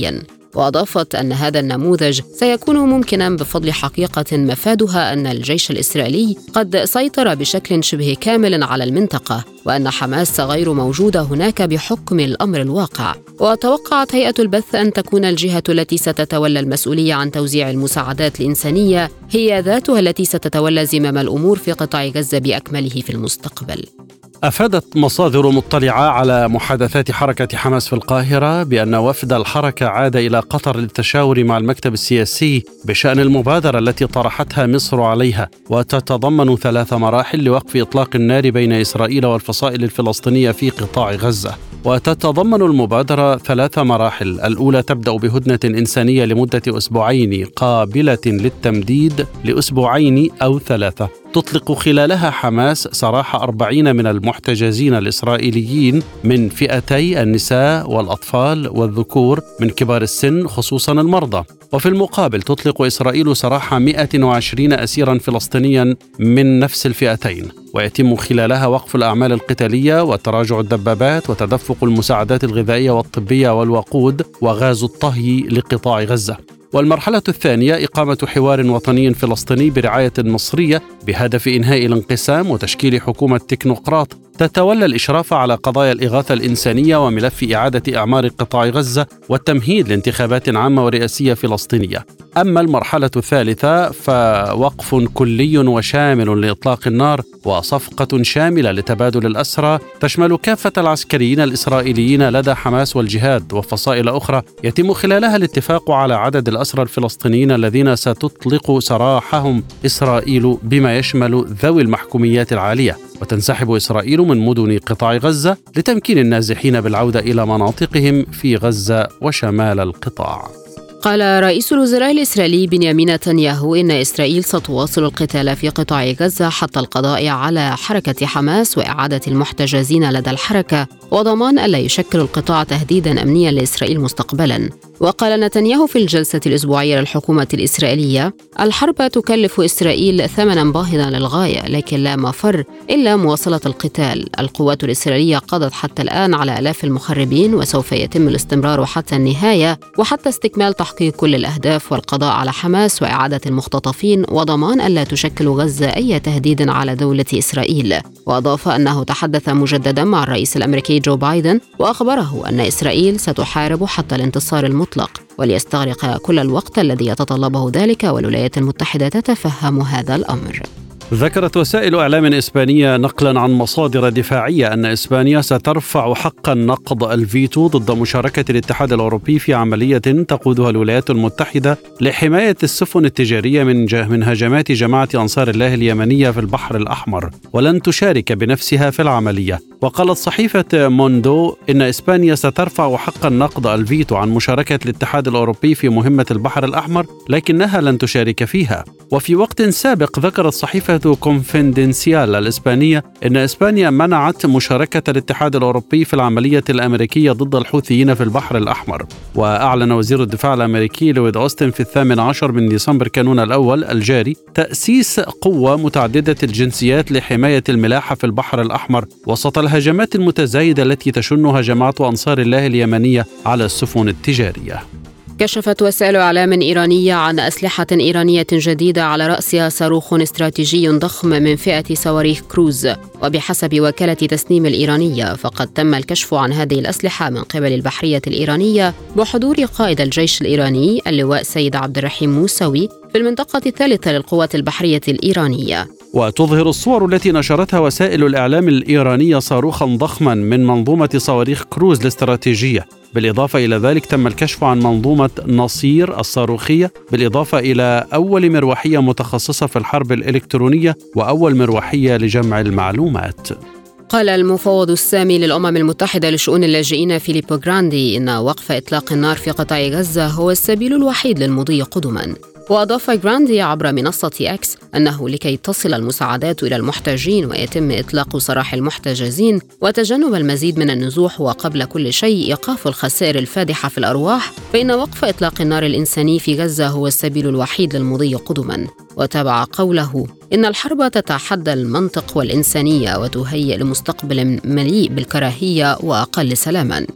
وأضافت أن هذا النموذج سيكون ممكنا بفضل حقيقة مفادها أن الجيش الإسرائيلي قد سيطر بشكل شبه كامل على المنطقة، وأن حماس غير موجودة هناك بحكم الأمر الواقع. وتوقعت هيئة البث أن تكون الجهة التي ستتولى المسؤولية عن توزيع المساعدات الإنسانية هي ذاتها التي ستتولى زمام الأمور في قطاع غزة بأكمله في المستقبل. أفادت مصادر مطلعة على محادثات حركة حماس في القاهرة بأن وفد الحركة عاد إلى قطر للتشاور مع المكتب السياسي بشأن المبادرة التي طرحتها مصر عليها، وتتضمن ثلاث مراحل لوقف إطلاق النار بين إسرائيل والفصائل الفلسطينية في قطاع غزة. وتتضمن المبادرة ثلاث مراحل: الأولى تبدأ بهدنة إنسانية لمدة أسبوعين قابلة للتمديد لأسبوعين أو ثلاثة، تطلق خلالها حماس سراح أربعين من المحتجزين الإسرائيليين من فئتي النساء والأطفال والذكور من كبار السن خصوصا المرضى. وفي المقابل تطلق إسرائيل سراح مئة وعشرين أسيرا فلسطينيا من نفس الفئتين، ويتم خلالها وقف الأعمال القتالية وتراجع الدبابات وتدفق المساعدات الغذائية والطبية والوقود وغاز الطهي لقطاع غزة. والمرحلة الثانية إقامة حوار وطني فلسطيني برعاية مصرية بهدف إنهاء الانقسام وتشكيل حكومة تكنوقراط تتولى الإشراف على قضايا الإغاثة الإنسانية وملف إعادة إعمار قطاع غزة والتمهيد لانتخابات عامة ورئاسية فلسطينية. أما المرحلة الثالثة فوقف كلي وشامل لإطلاق النار وصفقة شاملة لتبادل الأسرى تشمل كافة العسكريين الإسرائيليين لدى حماس والجهاد وفصائل أخرى، يتم خلالها الاتفاق على عدد الأسرى الفلسطينيين الذين ستطلق سراحهم إسرائيل بما يشمل ذوي المحكوميات العالية. وتنسحب إسرائيل من مدن قطاع غزة لتمكين النازحين بالعودة إلى مناطقهم في غزة وشمال القطاع. قال رئيس الوزراء الإسرائيلي بنيامين نتنياهو إن إسرائيل ستواصل القتال في قطاع غزة حتى القضاء على حركة حماس وإعادة المحتجزين لدى الحركة وضمان ألا يشكل القطاع تهديدا أمنيا لإسرائيل مستقبلا. وقال نتنياهو في الجلسة الأسبوعية للحكومة الإسرائيلية: الحرب تكلف إسرائيل ثمنا باهظا للغاية، لكن لا مفر إلا مواصلة القتال. القوات الإسرائيلية قضت حتى الآن على آلاف المخربين وسوف يتم الاستمرار حتى النهاية وحتى استكمال تحقيق كل الأهداف والقضاء على حماس وإعادة المختطفين وضمان ألا تشكل غزة أي تهديد على دولة إسرائيل. وأضاف أنه تحدث مجددا مع الرئيس الأمريكي جو بايدن وأخبره أن إسرائيل ستحارب حتى الانتصار المطلق وليستغرق كل الوقت الذي يتطلبه ذلك، والولايات المتحدة تتفهم هذا الأمر. ذكرت وسائل إعلام إسبانية نقلا عن مصادر دفاعية أن إسبانيا سترفع حق النقض الفيتو ضد مشاركة الاتحاد الأوروبي في عملية تقودها الولايات المتحدة لحماية السفن التجارية من من هجمات جماعة أنصار الله اليمنية في البحر الأحمر، ولن تشارك بنفسها في العملية. وقالت صحيفة موندو إن إسبانيا سترفع حق النقض الفيتو عن مشاركة الاتحاد الأوروبي في مهمة البحر الأحمر، لكنها لن تشارك فيها. وفي وقت سابق ذكرت صحيفة كونفيدنسيال الإسبانية إن إسبانيا منعت مشاركة الاتحاد الأوروبي في العملية الأمريكية ضد الحوثيين في البحر الأحمر. وأعلن وزير الدفاع الأمريكي لويد أوستن في الثامن عشر من ديسمبر كانون الأول الجاري تأسيس قوة متعددة الجنسيات لحماية الملاحة في البحر الأحمر وسط الهجمات المتزايدة التي تشنها جماعة أنصار الله اليمنية على السفن التجارية. كشفت وسائل إعلام إيرانية عن أسلحة إيرانية جديدة على رأسها صاروخ استراتيجي ضخم من فئة صواريخ كروز. وبحسب وكالة تسنيم الإيرانية فقد تم الكشف عن هذه الأسلحة من قبل البحرية الإيرانية بحضور قائد الجيش الإيراني اللواء سيد عبد الرحيم موسوي في المنطقة الثالثة للقوات البحرية الإيرانية. وتظهر الصور التي نشرتها وسائل الإعلام الإيرانية صاروخا ضخما من منظومة صواريخ كروز الاستراتيجية. بالإضافة إلى ذلك تم الكشف عن منظومة نصير الصاروخية، بالإضافة إلى أول مروحية متخصصة في الحرب الإلكترونية وأول مروحية لجمع المعلومات. قال المفوض السامي للأمم المتحدة لشؤون اللاجئين فيليبو غراندي إن وقف إطلاق النار في قطاع غزة هو السبيل الوحيد للمضي قدما. وأضاف غراندي عبر منصة إكس أنه لكي تصل المساعدات إلى المحتاجين ويتم إطلاق سراح المحتجزين وتجنب المزيد من النزوح وقبل كل شيء إيقاف الخسائر الفادحة في الأرواح، فإن وقف إطلاق النار الإنساني في غزة هو السبيل الوحيد للمضي قدما. وتابع قوله إن الحرب تتحدى المنطق والإنسانية وتهيئ لمستقبل مليء بالكراهية وأقل سلاما.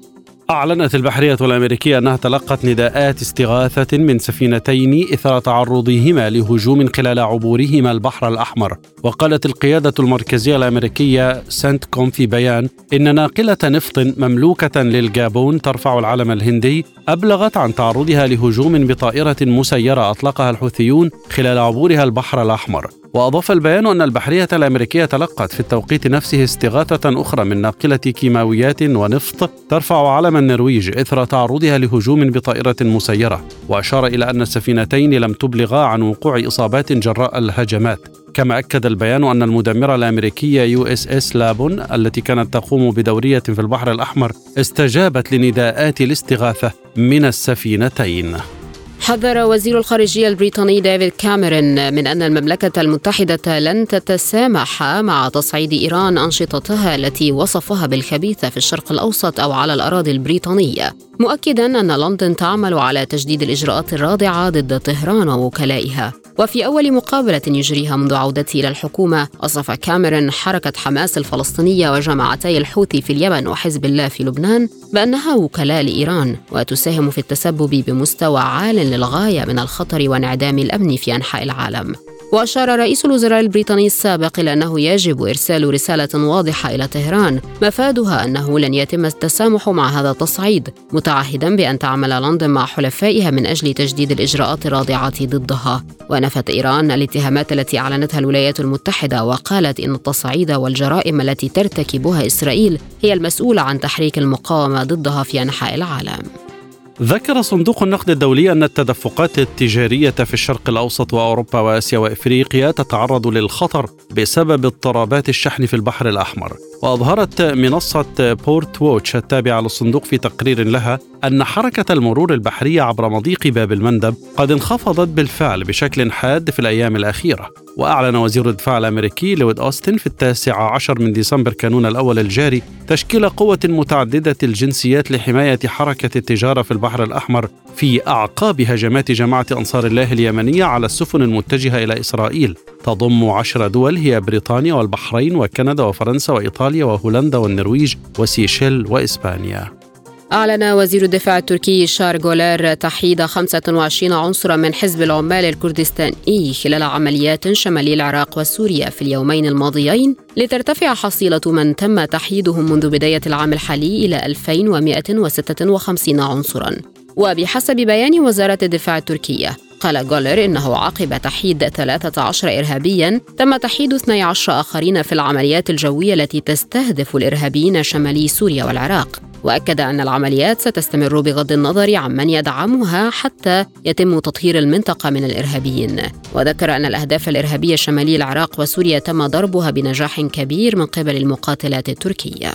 أعلنت البحرية الأمريكية أنها تلقت نداءات استغاثة من سفينتين إثر تعرضهما لهجوم خلال عبورهما البحر الأحمر. وقالت القيادة المركزية الأمريكية سنتكوم في بيان إن ناقلة نفط مملوكة للجابون ترفع العلم الهندي أبلغت عن تعرضها لهجوم بطائرة مسيرة أطلقها الحوثيون خلال عبورها البحر الأحمر. وأضاف البيان أن البحرية الأمريكية تلقت في التوقيت نفسه استغاثة أخرى من ناقلة كيماويات ونفط ترفع علم النرويج إثر تعرضها لهجوم بطائرة مسيرة. وأشار إلى أن السفينتين لم تبلغا عن وقوع إصابات جراء الهجمات. كما أكد البيان أن المدمرة الأمريكية يو إس إس لابون التي كانت تقوم بدورية في البحر الأحمر استجابت لنداءات الاستغاثة من السفينتين. حذر وزير الخارجية البريطاني ديفيد كاميرون من أن المملكة المتحدة لن تتسامح مع تصعيد إيران أنشطتها التي وصفها بالخبيثة في الشرق الأوسط أو على الأراضي البريطانية، مؤكدا أن لندن تعمل على تجديد الإجراءات الرادعة ضد طهران ووكلائها. وفي أول مقابلة يجريها منذ عودته إلى الحكومة، وصف كاميرون حركة حماس الفلسطينية وجماعتي الحوثي في اليمن وحزب الله في لبنان بأنها وكلاء لإيران وتساهم في التسبب بمستوى عال للغاية من الخطر وانعدام الأمن في أنحاء العالم. وأشار رئيس الوزراء البريطاني السابق إلى أنه يجب إرسال رسالة واضحة إلى طهران مفادها أنه لن يتم التسامح مع هذا التصعيد، متعهدا بأن تعمل لندن مع حلفائها من أجل تجديد الإجراءات الرادعة ضدها. ونفت إيران الاتهامات التي أعلنتها الولايات المتحدة، وقالت إن التصعيد والجرائم التي ترتكبها إسرائيل هي المسؤولة عن تحريك المقاومة ضدها في أنحاء العالم. ذكر صندوق النقد الدولي أن التدفقات التجارية في الشرق الأوسط وأوروبا وآسيا وإفريقيا تتعرض للخطر بسبب اضطرابات الشحن في البحر الأحمر. وأظهرت منصة بورت ووتش التابعة للصندوق في تقرير لها أن حركة المرور البحري عبر مضيق باب المندب قد انخفضت بالفعل بشكل حاد في الأيام الأخيرة. وأعلن وزير الدفاع الأمريكي لويد أوستن في التاسع عشر من ديسمبر كانون الأول الجاري تشكيل قوة متعددة الجنسيات لحماية حركة التجارة في البحر الأحمر في أعقاب هجمات جماعة أنصار الله اليمنية على السفن المتجهة إلى إسرائيل. تضم عشر دول هي بريطانيا والبحرين وكندا وفرنسا وإيطاليا وهولندا والنرويج وسيشيل وإسبانيا. أعلن وزير الدفاع التركي شار جولار تحييد خمسة وعشرين عنصرا من حزب العمال الكردستاني خلال عمليات شمالي العراق وسوريا في اليومين الماضيين، لترتفع حصيلة من تم تحييدهم منذ بداية العام الحالي إلى ألفين ومئة وستة وخمسين عنصرا. وبحسب بيان وزارة الدفاع التركية، قال جولر إنه عقب تحييد ثلاثة عشر إرهابياً تم تحييد اثني عشر آخرين في العمليات الجوية التي تستهدف الإرهابيين شمالي سوريا والعراق. وأكد أن العمليات ستستمر بغض النظر عن من يدعمها حتى يتم تطهير المنطقة من الإرهابيين. وذكر أن الأهداف الإرهابية شمالي العراق وسوريا تم ضربها بنجاح كبير من قبل المقاتلات التركية.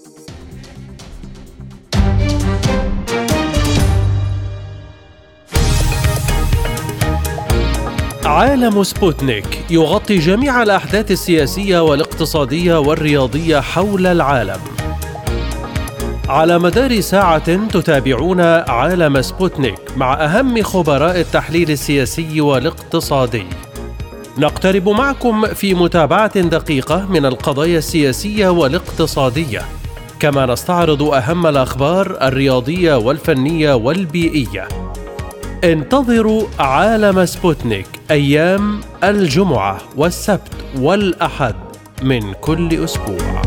عالم سبوتنيك يغطي جميع الأحداث السياسية والاقتصادية والرياضية حول العالم. على مدار ساعة تتابعون عالم سبوتنيك مع أهم خبراء التحليل السياسي والاقتصادي. نقترب معكم في متابعة دقيقة من القضايا السياسية والاقتصادية، كما نستعرض أهم الأخبار الرياضية والفنية والبيئية. انتظروا عالم سبوتنيك أيام الجمعة والسبت والأحد من كل أسبوع.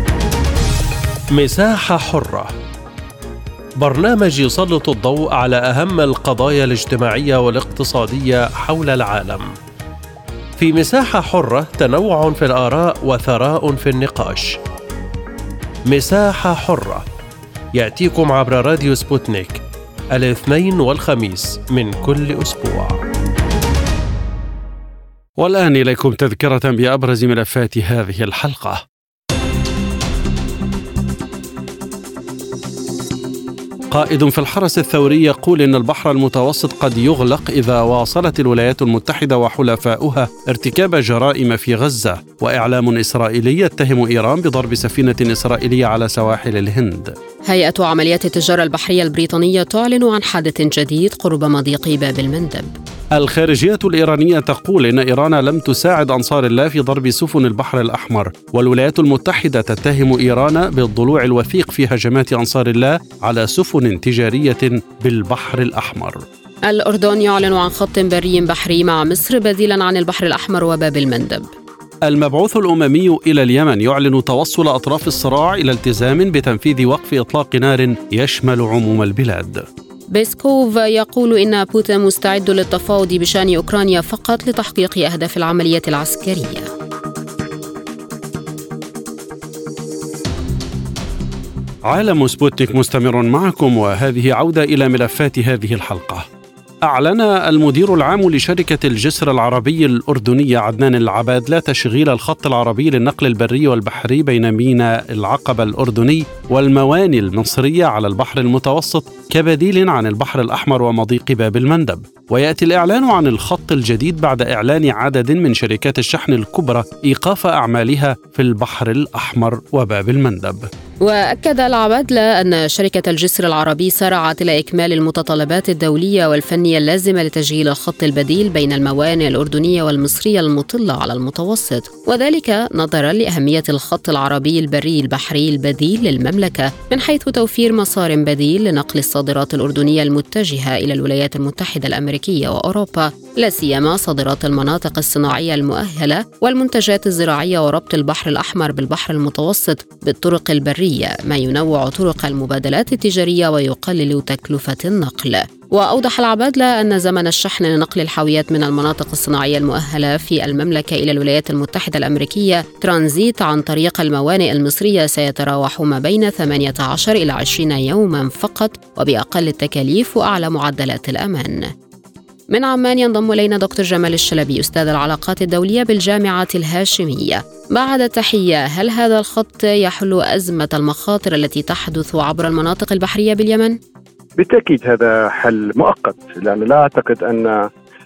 مساحة حرة، برنامج يسلط الضوء على أهم القضايا الاجتماعية والاقتصادية حول العالم. في مساحة حرة تنوع في الآراء وثراء في النقاش. مساحة حرة يأتيكم عبر راديو سبوتنيك الاثنين والخميس من كل أسبوع. والآن إليكم تذكرة بأبرز ملفات هذه الحلقة. قائد في الحرس الثوري يقول إن البحر المتوسط قد يغلق إذا واصلت الولايات المتحدة وحلفاؤها ارتكاب جرائم في غزة. وإعلام إسرائيلي يتهم إيران بضرب سفينة إسرائيلية على سواحل الهند. هيئة عمليات التجارة البحرية البريطانية تعلن عن حادث جديد قرب مضيق باب المندب. الخارجية الإيرانية تقول إن إيران لم تساعد أنصار الله في ضرب سفن البحر الأحمر، والولايات المتحدة تتهم إيران بالضلوع الوثيق في هجمات أنصار الله على سفن تجارية بالبحر الأحمر. الأردن يعلن عن خط بري بحري مع مصر بديلاً عن البحر الأحمر وباب المندب. المبعوث الأممي إلى اليمن يعلن توصل أطراف الصراع إلى التزام بتنفيذ وقف إطلاق نار يشمل عموم البلاد. بيسكوف يقول إن بوتين مستعد للتفاوض بشأن أوكرانيا فقط لتحقيق أهداف العملية العسكرية. عالم سبوتنيك مستمر معكم، وهذه عودة إلى ملفات هذه الحلقة. أعلن المدير العام لشركة الجسر العربي الأردنية عدنان العبادلة تشغيل الخط العربي للنقل البري والبحري بين ميناء العقبة الأردني والمواني المصرية على البحر المتوسط كبديل عن البحر الأحمر ومضيق باب المندب. ويأتي الإعلان عن الخط الجديد بعد إعلان عدد من شركات الشحن الكبرى إيقاف أعمالها في البحر الأحمر وباب المندب. وأكد العبادلة أن شركة الجسر العربي سارعت إلى إكمال المتطلبات الدولية والفنية اللازمة لتشغيل الخط البديل بين الموانئ الأردنية والمصرية المطلة على المتوسط، وذلك نظرا لأهمية الخط العربي البري البحري البديل للمملكة من حيث توفير مسار بديل لنقل الصادرات الأردنية المتجهة إلى الولايات المتحدة الأمريكية وأوروبا، لا سيما صادرات المناطق الصناعية المؤهلة والمنتجات الزراعية، وربط البحر الأحمر بالبحر المتوسط بالطرق البرية، ما ينوع طرق المبادلات التجارية ويقلل تكلفة النقل. وأوضح العبادلة أن زمن الشحن لنقل الحاويات من المناطق الصناعية المؤهلة في المملكة إلى الولايات المتحدة الأمريكية ترانزيت عن طريق الموانئ المصرية سيتراوح ما بين ثمانية عشر إلى عشرين يوما فقط، وبأقل التكاليف وأعلى معدلات الأمان. من عمان ينضم إلينا دكتور جمال الشلبي، أستاذ العلاقات الدولية بالجامعة الهاشمية. بعد تحية، هل هذا الخط يحل أزمة المخاطر التي تحدث عبر المناطق البحرية باليمن؟ بالتأكيد هذا حل مؤقت، لأن لا أعتقد أن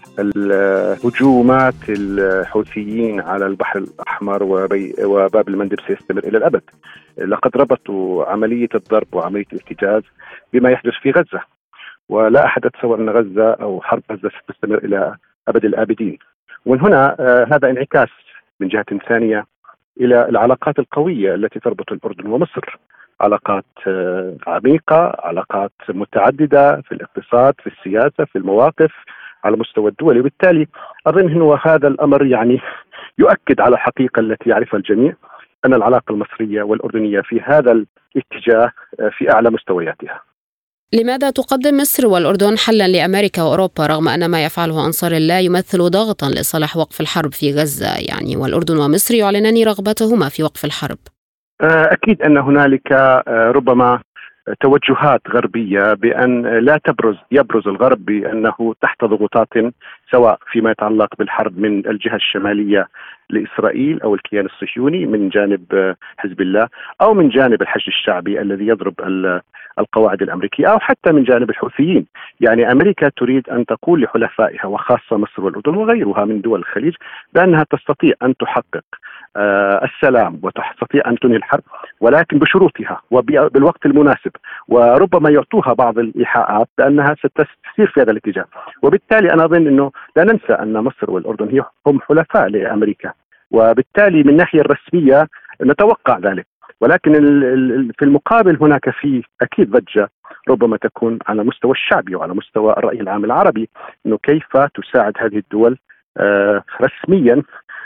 الهجومات الحوثيين على البحر الأحمر وباب المندب سيستمر إلى الأبد. لقد ربطوا عملية الضرب وعملية الاحتجاز بما يحدث في غزة، ولا أحد يتصور أن غزة أو حرب غزة ستستمر إلى أبد الآبدين. ومن هنا آه هذا انعكاس من جهة ثانية إلى العلاقات القوية التي تربط الأردن ومصر، علاقات آه عميقة، علاقات متعددة في الاقتصاد، في السياسة، في المواقف على المستوى الدولي. وبالتالي أظن أنه هذا الأمر يعني يؤكد على الحقيقة التي يعرفها الجميع، أن العلاقة المصرية والأردنية في هذا الاتجاه آه في أعلى مستوياتها. لماذا تقدم مصر والأردن حلا لأمريكا وأوروبا رغم أن ما يفعله أنصار الله يمثل ضغطا لصالح وقف الحرب في غزة، يعني والأردن ومصر يعلنان رغبتهما في وقف الحرب؟ أكيد أن هنالك ربما توجهات غربية بأن لا تبرز يبرز الغرب بأنه تحت ضغوطات، سواء فيما يتعلق بالحرب من الجهة الشمالية لإسرائيل أو الكيان الصهيوني من جانب حزب الله، أو من جانب الحشد الشعبي الذي يضرب القواعد الأمريكية، أو حتى من جانب الحوثيين. يعني أمريكا تريد أن تقول لحلفائها وخاصة مصر والأردن وغيرها من دول الخليج بأنها تستطيع أن تحقق السلام وتستطيع أن تنهي الحرب، ولكن بشروطها وبالوقت المناسب، وربما يعطوها بعض الإيحاءات بأنها ستسير في هذا الاتجاه. وبالتالي أنا أظن أنه لا ننسى أن مصر والأردن هم حلفاء لأمريكا، وبالتالي من الناحية الرسمية نتوقع ذلك، ولكن في المقابل هناك في أكيد ضجة ربما تكون على مستوى الشعبي وعلى مستوى الرأي العام العربي، أنه كيف تساعد هذه الدول رسميا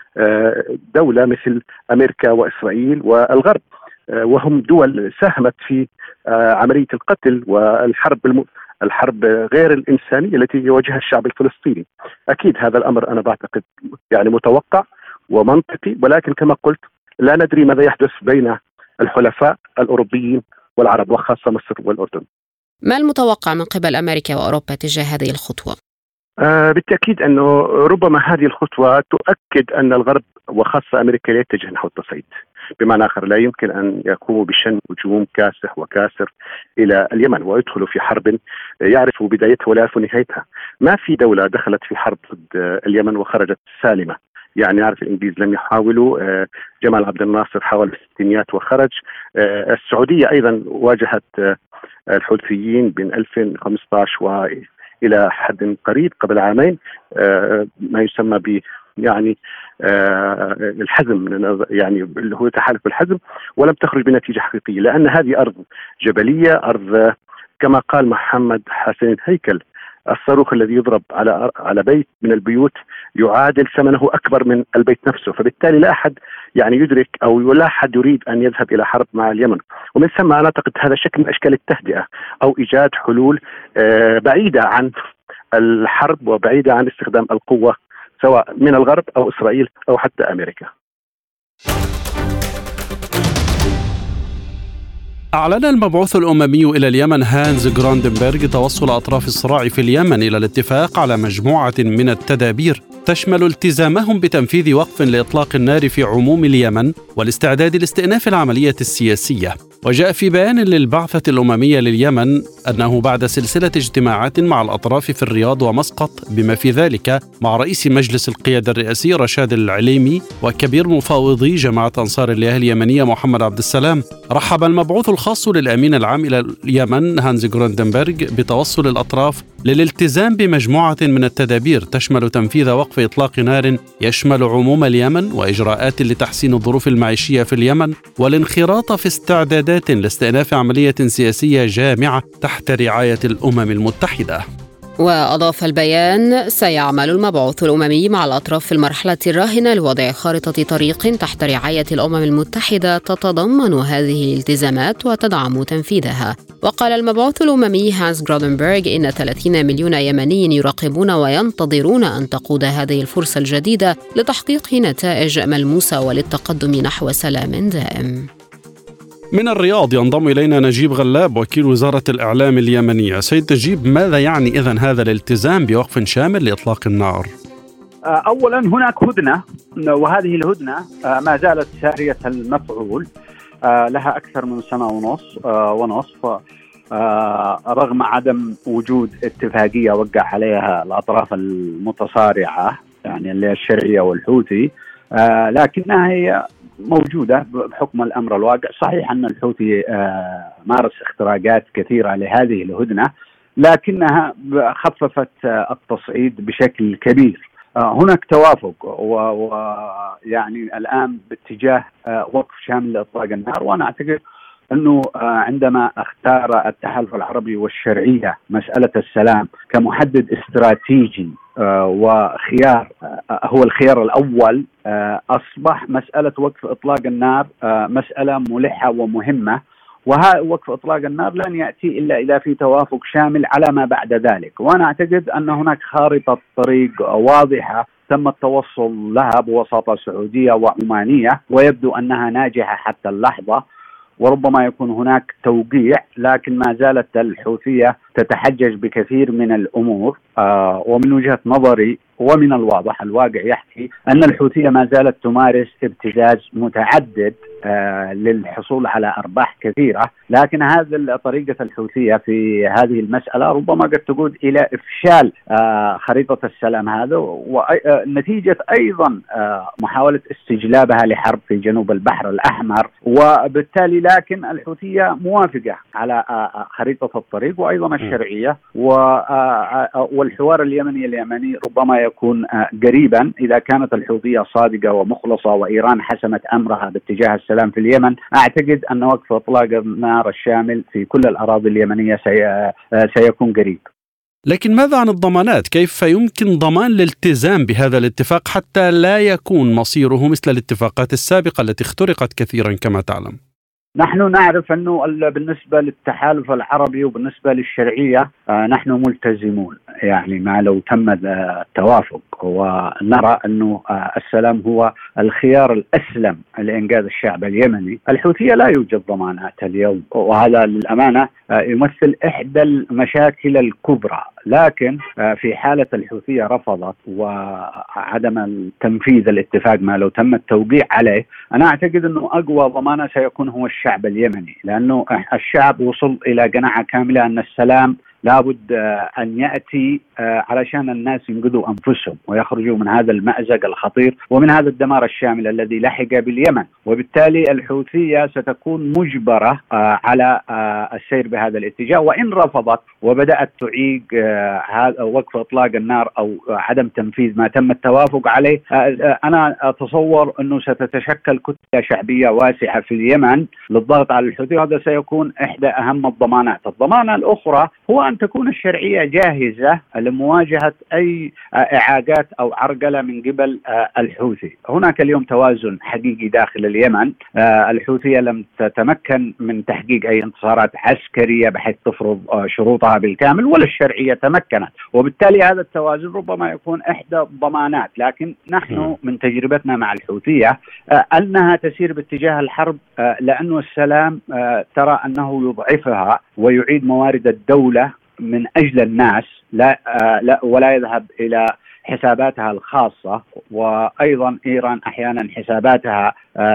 دولة مثل أمريكا وإسرائيل والغرب، وهم دول ساهمت في عملية القتل والحرب الم... الحرب غير الإنسانية التي يواجهها الشعب الفلسطيني. أكيد هذا الأمر أنا بعتقد يعني متوقع ومنطقي، ولكن كما قلت لا ندري ماذا يحدث بين الحلفاء الأوروبيين والعرب وخاصة مصر والأردن. ما المتوقع من قبل أمريكا وأوروبا تجاه هذه الخطوة؟ آه بالتأكيد أنه ربما هذه الخطوة تؤكد أن الغرب وخاصة أمريكا لا يتجه نحو التصعيد، بمعنى آخر لا يمكن أن يقوموا بشن هجوم كاسح وكاسر إلى اليمن ويدخلوا في حرب يعرفوا بدايتها ولا يعرفوا نهايتها. ما في دولة دخلت في حرب ضد اليمن وخرجت سالمة، يعني نعرف الإنجليز لم يحاولوا، جمال عبد الناصر حاول في الستينيات وخرج، السعودية أيضا واجهت الحوثيين بين ألفين وخمسة عشر إلى حد قريب قبل عامين ما يسمى ب يعني آه الحزم، يعني اللي هو تحالف الحزم، ولم تخرج بنتيجة حقيقية، لأن هذه أرض جبلية، أرض كما قال محمد حسين هيكل الصاروخ الذي يضرب على على بيت من البيوت يعادل ثمنه أكبر من البيت نفسه، فبالتالي لا أحد يعني يدرك أو لا أحد يريد أن يذهب إلى حرب مع اليمن. ومن ثم أنا أعتقد هذا شكل من أشكال التهدئة أو إيجاد حلول آه بعيدة عن الحرب وبعيدة عن استخدام القوة سواء من الغرب أو إسرائيل أو حتى أمريكا. أعلن المبعوث الأممي إلى اليمن هانز غراندنبرغ توصل أطراف الصراع في اليمن إلى الاتفاق على مجموعة من التدابير تشمل التزامهم بتنفيذ وقف لإطلاق النار في عموم اليمن والاستعداد لاستئناف العملية السياسية. وجاء في بيان للبعثة الأممية لليمن أنه بعد سلسلة اجتماعات مع الأطراف في الرياض ومسقط بما في ذلك مع رئيس مجلس القيادة الرئاسي رشاد العليمي وكبير مفاوضي جماعة أنصار الله اليمنية محمد عبد السلام، رحب المبعوث الخاص للأمين العام إلى اليمن هانز غراندنبرغ بتوصل الأطراف للالتزام بمجموعة من التدابير تشمل تنفيذ وقف إطلاق نار يشمل عموم اليمن وإجراءات لتحسين الظروف المعيشية في اليمن والانخراط في استعدادات لاستئناف عملية سياسية جامعة تحت رعاية الأمم المتحدة. وأضاف البيان: سيعمل المبعوث الأممي مع الأطراف في المرحلة الراهنة لوضع خارطة طريق تحت رعاية الأمم المتحدة تتضمن هذه الالتزامات وتدعم تنفيذها. وقال المبعوث الأممي هانز غراندنبرغ إن ثلاثين مليون يمني يراقبون وينتظرون أن تقود هذه الفرصة الجديدة لتحقيق نتائج ملموسة وللتقدم نحو سلام دائم. من الرياض ينضم إلينا نجيب غلاب وكيل وزارة الإعلام اليمنية. سيد نجيب، ماذا يعني إذن هذا الالتزام بوقف شامل لإطلاق النار؟ أولا هناك هدنة، وهذه الهدنة ما زالت سارية المفعول، لها أكثر من سنة ونص ونصف رغم عدم وجود اتفاقية وقع عليها الأطراف المتصارعة يعني اللي الشرعية والحوثي، لكنها هي موجودة بحكم الأمر الواقع. صحيح أن الحوثي مارس اختراقات كثيرة لهذه الهدنة، لكنها خففت التصعيد بشكل كبير. هناك توافق ويعني الآن باتجاه وقف شامل لإطلاق النار، وأنا أعتقد أنه عندما اختار التحالف العربي والشرعية مسألة السلام كمحدد استراتيجي وخيار هو الخيار الأول، أصبح مسألة وقف إطلاق النار مسألة ملحة ومهمة، وهذا وقف إطلاق النار لن يأتي إلا إذا في توافق شامل على ما بعد ذلك. وأنا أعتقد أن هناك خارطة طريق واضحة تم التوصل لها بوساطة سعودية وعمانية، ويبدو أنها ناجحة حتى اللحظة، وربما يكون هناك توقيع، لكن ما زالت الحوثية تتحجج بكثير من الأمور. آه ومن وجهة نظري ومن الواضح الواقع يحكي أن الحوثية ما زالت تمارس ابتزاز متعدد آه للحصول على أرباح كثيرة، لكن هذه طريقة الحوثية في هذه المسألة ربما قد تقود إلى إفشال آه خريطة السلام هذا، ونتيجة أيضا آه محاولة استجلابها لحرب في جنوب البحر الأحمر، وبالتالي لكن الحوثية موافقة على آه خريطة الطريق وأيضا الشرعية، والحوار اليمني اليمني ربما يكون قريبا إذا كانت الحوثية صادقة ومخلصة وإيران حسمت أمرها باتجاه السلام في اليمن. أعتقد أن وقف إطلاق النار الشامل في كل الأراضي اليمنية سي... سيكون قريب. لكن ماذا عن الضمانات؟ كيف يمكن ضمان الالتزام بهذا الاتفاق حتى لا يكون مصيره مثل الاتفاقات السابقة التي اخترقت كثيرا كما تعلم؟ نحن نعرف أنه بالنسبة للتحالف العربي وبالنسبة للشرعية نحن ملتزمون يعني ما لو تم التوافق، ونرى أنه السلام هو الخيار الأسلم لإنقاذ الشعب اليمني. الحوثية لا يوجد ضمانات اليوم، وهذا للأمانة يمثل إحدى المشاكل الكبرى، لكن في حالة الحوثية رفضت وعدم تنفيذ الاتفاق ما لو تم التوقيع عليه، أنا أعتقد أنه أقوى ضمانة سيكون هو الشعب اليمني، لأنه الشعب وصل إلى قناعة كاملة أن السلام لابد أن يأتي علشان الناس ينقذوا أنفسهم ويخرجوا من هذا المأزق الخطير ومن هذا الدمار الشامل الذي لحق باليمن. وبالتالي الحوثية ستكون مجبرة على السير بهذا الاتجاه، وإن رفضت وبدأت تعيق وقف إطلاق النار أو عدم تنفيذ ما تم التوافق عليه، أنا أتصور أنه ستتشكل كتلة شعبية واسعة في اليمن للضغط على الحوثي، وهذا سيكون إحدى أهم الضمانات. الضمانة الأخرى هو أن تكون الشرعية جاهزة لمواجهة أي إعاقات أو عرقلة من قبل الحوثي. هناك اليوم توازن حقيقي داخل اليمن، الحوثية لم تتمكن من تحقيق أي انتصارات عسكرية بحيث تفرض شروطها بالكامل، ولا الشرعية تمكنت، وبالتالي هذا التوازن ربما يكون إحدى الضمانات. لكن نحن من تجربتنا مع الحوثية أنها تسير باتجاه الحرب، لأنه السلام ترى أنه يضعفها ويعيد موارد الدولة من أجل الناس، لا, لا ولا يذهب إلى حساباتها الخاصة. وأيضا إيران أحيانا حساباتها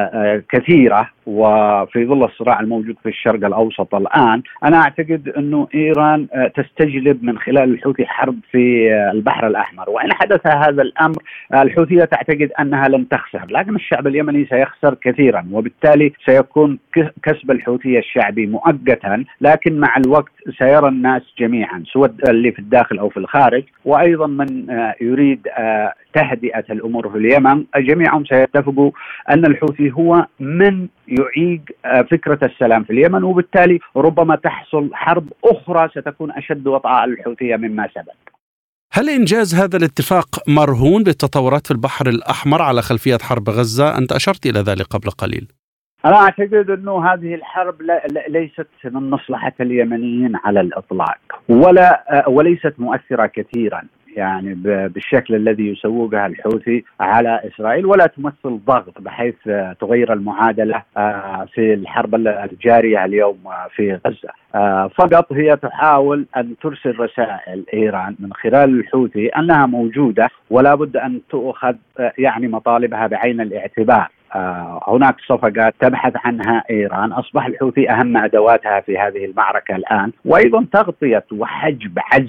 كثيرة، وفي ظل الصراع الموجود في الشرق الأوسط الآن أنا أعتقد أنه إيران تستجلب من خلال الحوثي حرب في البحر الأحمر، وإن حدث هذا الأمر الحوثية تعتقد أنها لن تخسر، لكن الشعب اليمني سيخسر كثيرا، وبالتالي سيكون كسب الحوثية الشعبي مؤقتا، لكن مع الوقت سيرى الناس جميعا سواء اللي في الداخل أو في الخارج، وأيضا من يريد تهدئة الأمور في اليمن جميعهم سيتفقوا أن الحوثي هو من يعيق فكرة السلام في اليمن، وبالتالي ربما تحصل حرب أخرى ستكون أشد وطأة على الحوثية مما سبق. هل إنجاز هذا الاتفاق مرهون بالتطورات في البحر الأحمر على خلفية حرب غزة؟ أنت أشرت إلى ذلك قبل قليل. أنا أعتقد أنه هذه الحرب ليست من مصلحة اليمنيين على الإطلاق، ولا وليست مؤثرة كثيرا يعني بالشكل الذي يسوقها الحوثي على إسرائيل، ولا تمثل ضغط بحيث تغير المعادلة في الحرب الجارية اليوم في غزة. فقط هي تحاول أن ترسل رسائل إيران من خلال الحوثي أنها موجودة ولا بد أن تؤخذ يعني مطالبها بعين الاعتبار. هناك صفقات تبحث عنها إيران، أصبح الحوثي أهم أدواتها في هذه المعركة الآن، وأيضا تغطية وحجب عجز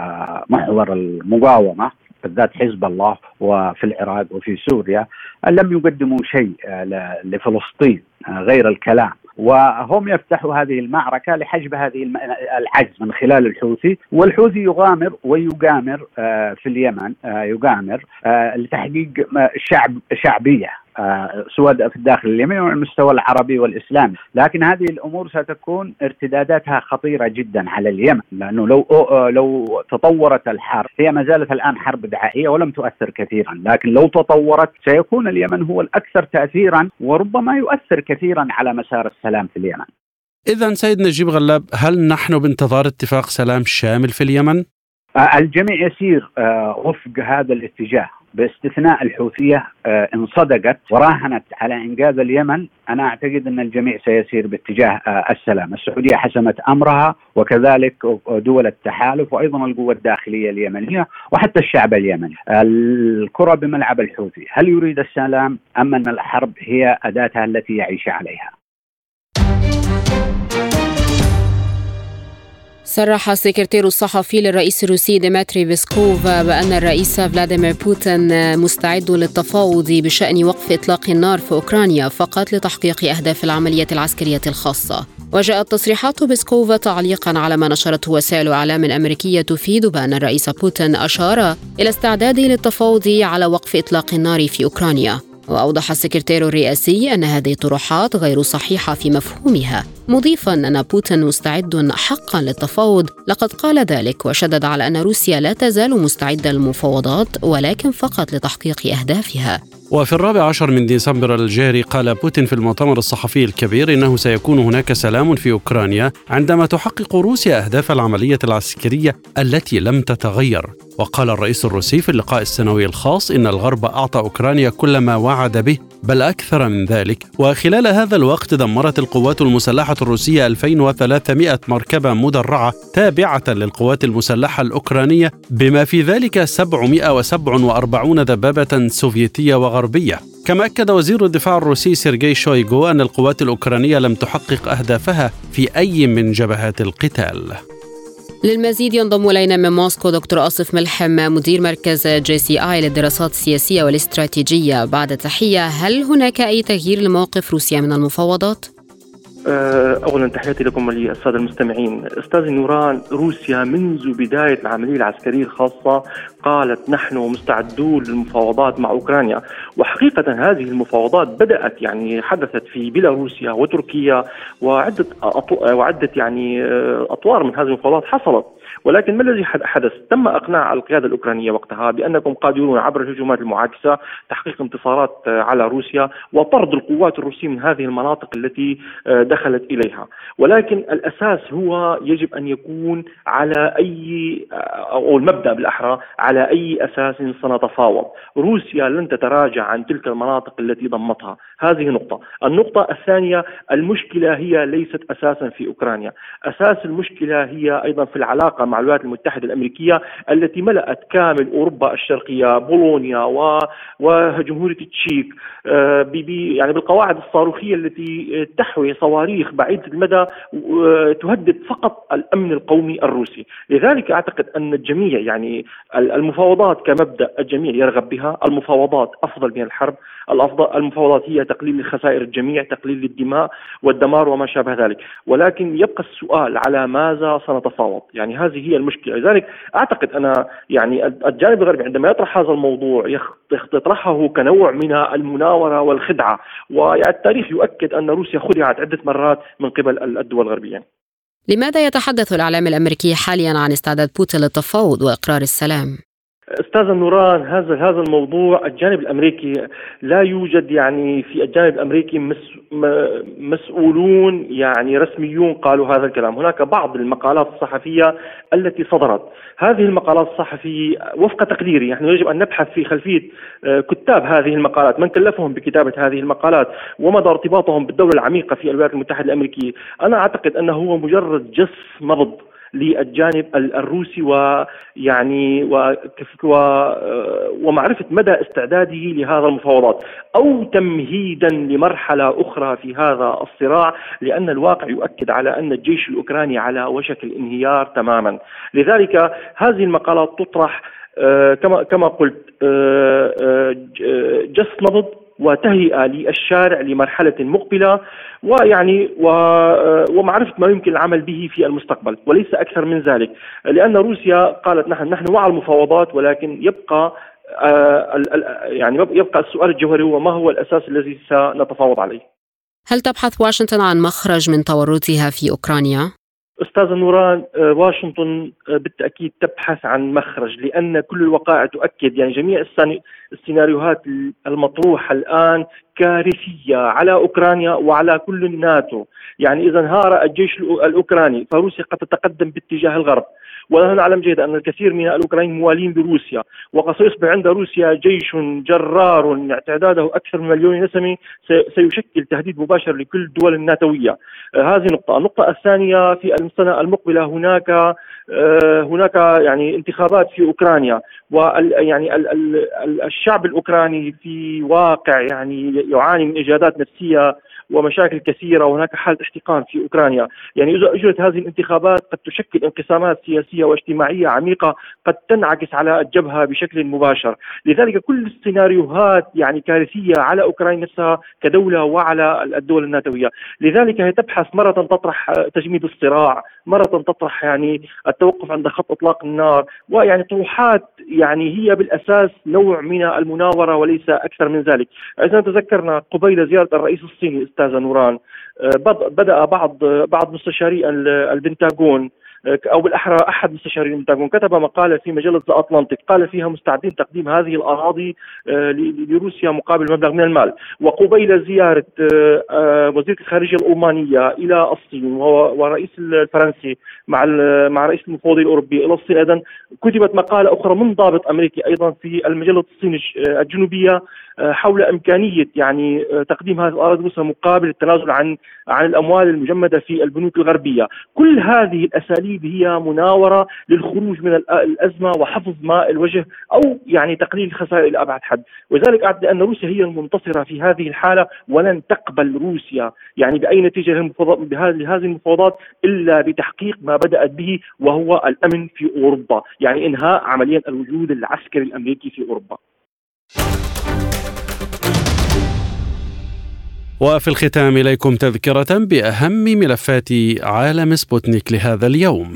محور المقاومة بالذات حزب الله وفي العراق وفي سوريا لم يقدموا شيء لفلسطين غير الكلام، وهم يفتحوا هذه المعركة لحجب هذه العجز من خلال الحوثي. والحوثي يغامر ويغامر في اليمن، يغامر لتحقيق شعب شعبية سواء في الداخل اليمني وعلى المستوى العربي والإسلامي، لكن هذه الأمور ستكون ارتداداتها خطيرة جدا على اليمن، لأنه لو لو تطورت الحرب، هي ما زالت الآن حرب دعائية ولم تؤثر كثيرا، لكن لو تطورت سيكون اليمن هو الأكثر تأثيرا وربما يؤثر كثيرا على مسار السلام في اليمن. إذن سيد نجيب غلاب، هل نحن بانتظار اتفاق سلام شامل في اليمن؟ الجميع يسير وفق هذا الاتجاه باستثناء الحوثية. إن صدقت وراهنت على إنقاذ اليمن أنا أعتقد أن الجميع سيسير باتجاه السلام. السعودية حسمت أمرها وكذلك دول التحالف وأيضا القوة الداخلية اليمنية وحتى الشعب اليمني. الكرة بملعب الحوثي، هل يريد السلام أم أن الحرب هي أداتها التي يعيش عليها؟ صرح السكرتير الصحفي للرئيس الروسي ديمتري بيسكوف بأن الرئيس فلاديمير بوتين مستعد للتفاوض بشأن وقف إطلاق النار في أوكرانيا فقط لتحقيق أهداف العملية العسكرية الخاصة. وجاءت تصريحات بيسكوف تعليقا على ما نشرته وسائل إعلام أمريكية تفيد بأن الرئيس بوتين أشار إلى استعداده للتفاوض على وقف إطلاق النار في أوكرانيا. وأوضح السكرتير الرئاسي أن هذه الطروحات غير صحيحة في مفهومها، مضيفاً أن بوتين مستعد حقاً للتفاوض، لقد قال ذلك وشدد على أن روسيا لا تزال مستعدة للمفاوضات ولكن فقط لتحقيق أهدافها. وفي الرابع عشر من ديسمبر الجاري قال بوتين في المؤتمر الصحفي الكبير إنه سيكون هناك سلام في أوكرانيا عندما تحقق روسيا أهداف العملية العسكرية التي لم تتغير. وقال الرئيس الروسي في اللقاء السنوي الخاص إن الغرب أعطى أوكرانيا كل ما وعد به بل أكثر من ذلك، وخلال هذا الوقت دمرت القوات المسلحة الروسية ألفين وثلاثمائة مركبة مدرعة تابعة للقوات المسلحة الأوكرانية بما في ذلك سبعمائة وسبعة وأربعين دبابة سوفيتية وغربية. كما أكد وزير الدفاع الروسي سيرجي شويغو أن القوات الأوكرانية لم تحقق أهدافها في أي من جبهات القتال. للمزيد ينضم إلينا من موسكو دكتور آصف ملحم مدير مركز جي سي آي للدراسات السياسية والاستراتيجية. بعد تحية، هل هناك أي تغيير لموقف روسيا من المفاوضات؟ أولا تحياتي لكم وللسادة المستمعين. أستاذ نوران، روسيا منذ بداية العملية العسكرية الخاصة قالت نحن مستعدون للمفاوضات مع أوكرانيا، وحقيقة هذه المفاوضات بدأت يعني حدثت في بيلاروسيا وتركيا وعدة وعدة يعني أطوار من هذه المفاوضات حصلت، ولكن ما الذي حدث؟ تم إقناع القيادة الأوكرانية وقتها بأنكم قادرون عبر الهجومات المعاكسة تحقيق انتصارات على روسيا وطرد القوات الروسية من هذه المناطق التي دخلت إليها، ولكن الأساس هو يجب أن يكون على أي أو المبدأ بالأحرى على أي أساس سنتفاوض. روسيا لن تتراجع عن تلك المناطق التي ضمتها، هذه نقطة. النقطة الثانية، المشكلة هي ليست أساسا في أوكرانيا، أساس المشكلة هي أيضا في العلاقة مع الولايات المتحدة الأمريكية التي ملأت كامل أوروبا الشرقية، بولونيا وجمهورية التشيك يعني بالقواعد الصاروخية التي تحوي صواريخ بعيدة المدى تهدد فقط الأمن القومي الروسي. لذلك أعتقد أن الجميع يعني المفاوضات كمبدأ الجميع يرغب بها، المفاوضات أفضل من الحرب، الأفضل المفاوضات هي تقليل الخسائر الجميع، تقليل الدماء والدمار وما شابه ذلك، ولكن يبقى السؤال على ماذا سنتفاوض، يعني هذه هي المشكلة. لذلك أعتقد أن يعني الجانب الغربي عندما يطرح هذا الموضوع يطرحه كنوع من المناورة والخدعة، والتاريخ يؤكد أن روسيا خدعت عدة مرات من قبل الدول الغربية. لماذا يتحدث الإعلام الأمريكي حاليا عن استعداد بوتين للتفاوض وإقرار السلام؟ أستاذ نوران، هذا هذا الموضوع الجانب الأمريكي لا يوجد يعني في الجانب الأمريكي مسؤولون يعني رسميون قالوا هذا الكلام. هناك بعض المقالات الصحفية التي صدرت، هذه المقالات الصحفية وفق تقديري نحن يجب أن نبحث في خلفية كتاب هذه المقالات، من كلفهم بكتابة هذه المقالات ومدى ارتباطهم بالدولة العميقة في الولايات المتحدة الأمريكية. أنا أعتقد أنه هو مجرد جس نبض للجانب الروسي ويعني ومعرفة مدى استعداده لهذا المفاوضات أو تمهيدا لمرحلة أخرى في هذا الصراع، لأن الواقع يؤكد على أن الجيش الأوكراني على وشك الانهيار تماما. لذلك هذه المقالات تطرح كما كما قلت جس نبض وتهيئة للشارع لمرحلة مقبلة، ويعني ومعرفة ما يمكن العمل به في المستقبل وليس أكثر من ذلك، لأن روسيا قالت نحن نحن مع المفاوضات، ولكن يبقى يعني يبقى السؤال الجوهري هو ما هو الأساس الذي سنتفاوض عليه. هل تبحث واشنطن عن مخرج من تورطها في أوكرانيا؟ أستاذ نوران، واشنطن بالتأكيد تبحث عن مخرج، لأن كل الوقائع تؤكد يعني جميع السيناريوهات المطروحة الآن كارثية على أوكرانيا وعلى كل الناتو. يعني إذا انهار الجيش الأوكراني فروسيا قد تتقدم باتجاه الغرب، ونحن نعلم جيدا أن الكثير من الأوكرانيين موالين بروسيا، وقد سيصبح عند روسيا جيش جرار تعداده أكثر من مليون نسمة سيشكل تهديد مباشر لكل الدول الناتوية. هذه نقطة. النقطة الثانية، في السنة المقبلة هناك هناك يعني انتخابات في أوكرانيا، ويعني الشعب الأوكراني في واقع يعني يعاني من إجهادات نفسية ومشاكل كثيرة، وهناك حالة احتقان في أوكرانيا. يعني إذا أجرت هذه الانتخابات قد تشكل انقسامات سياسية واجتماعية عميقة قد تنعكس على الجبهة بشكل مباشر. لذلك كل السيناريوهات يعني كارثية على أوكرانيا نفسها كدولة وعلى الدول الناتوية. لذلك هي تبحث مرة تطرح تجميد الصراع، مرة تطرح يعني التوقف عند خط إطلاق النار، ويعني طروحات يعني هي بالأساس نوع من المناورة وليس أكثر من ذلك. إذا تذكرنا قبيل زيارة الرئيس الصيني أستاذ نوران، بدأ بعض بعض مستشاري البنتاغون أو بالأحرى أحد مستشاري البنتاغون كتب مقالة في مجلة ذا أطلنطيك قال فيها مستعدين تقديم هذه الأراضي لروسيا مقابل مبلغ من المال. وقبيل زيارة وزيرة الخارجية الألمانية إلى الصين ورئيس الفرنسي مع مع رئيس المفوضية الأوروبية إلى الصين أيضا كتبت مقالة أخرى من ضابط أمريكي أيضا في المجلة الصين الجنوبية حول إمكانية يعني تقديم هذه الأراضي لروسيا مقابل التنازل عن عن الأموال المجمدة في البنوك الغربية. كل هذه الأساليب الاساليب هي مناوره للخروج من الازمه وحفظ ماء الوجه او يعني تقليل الخسائر الى ابعد حد، وذلك اعتقد ان روسيا هي المنتصره في هذه الحاله، ولن تقبل روسيا يعني باي نتيجه لهذه المفاوضات الا بتحقيق ما بدات به وهو الامن في اوروبا، يعني انهاء عمليا الوجود العسكري الامريكي في اوروبا. وفي الختام إليكم تذكرة بأهم ملفات عالم سبوتنيك لهذا اليوم.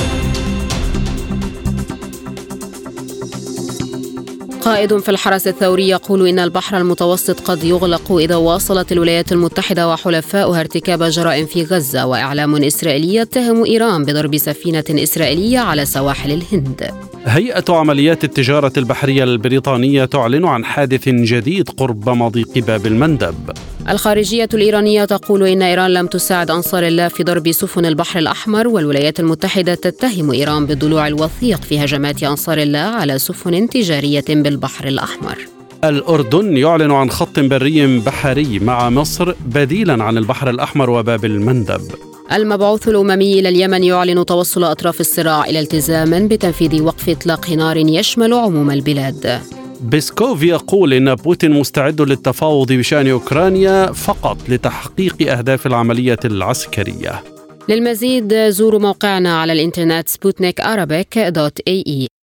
قائد في الحرس الثوري يقول إن البحر المتوسط قد يغلق إذا واصلت الولايات المتحدة وحلفاؤها ارتكاب جرائم في غزة. وإعلام إسرائيلي يتهم إيران بضرب سفينة إسرائيلية على سواحل الهند. هيئة عمليات التجارة البحرية البريطانية تعلن عن حادث جديد قرب مضيق باب المندب. الخارجية الإيرانية تقول إن إيران لم تساعد أنصار الله في ضرب سفن البحر الأحمر. والولايات المتحدة تتهم إيران بالضلوع الوثيق في هجمات أنصار الله على سفن تجارية بالبحر الأحمر. الأردن يعلن عن خط بري بحري مع مصر بديلا عن البحر الأحمر وباب المندب. المبعوث الأممي إلى اليمن يعلن توصل أطراف الصراع إلى التزام بتنفيذ وقف إطلاق نار يشمل عموم البلاد. بيسكوف يقول إن بوتين مستعد للتفاوض بشأن أوكرانيا فقط لتحقيق أهداف العملية العسكرية. للمزيد زوروا موقعنا على الإنترنت سبوتنيك أرابيك دوت إي إي.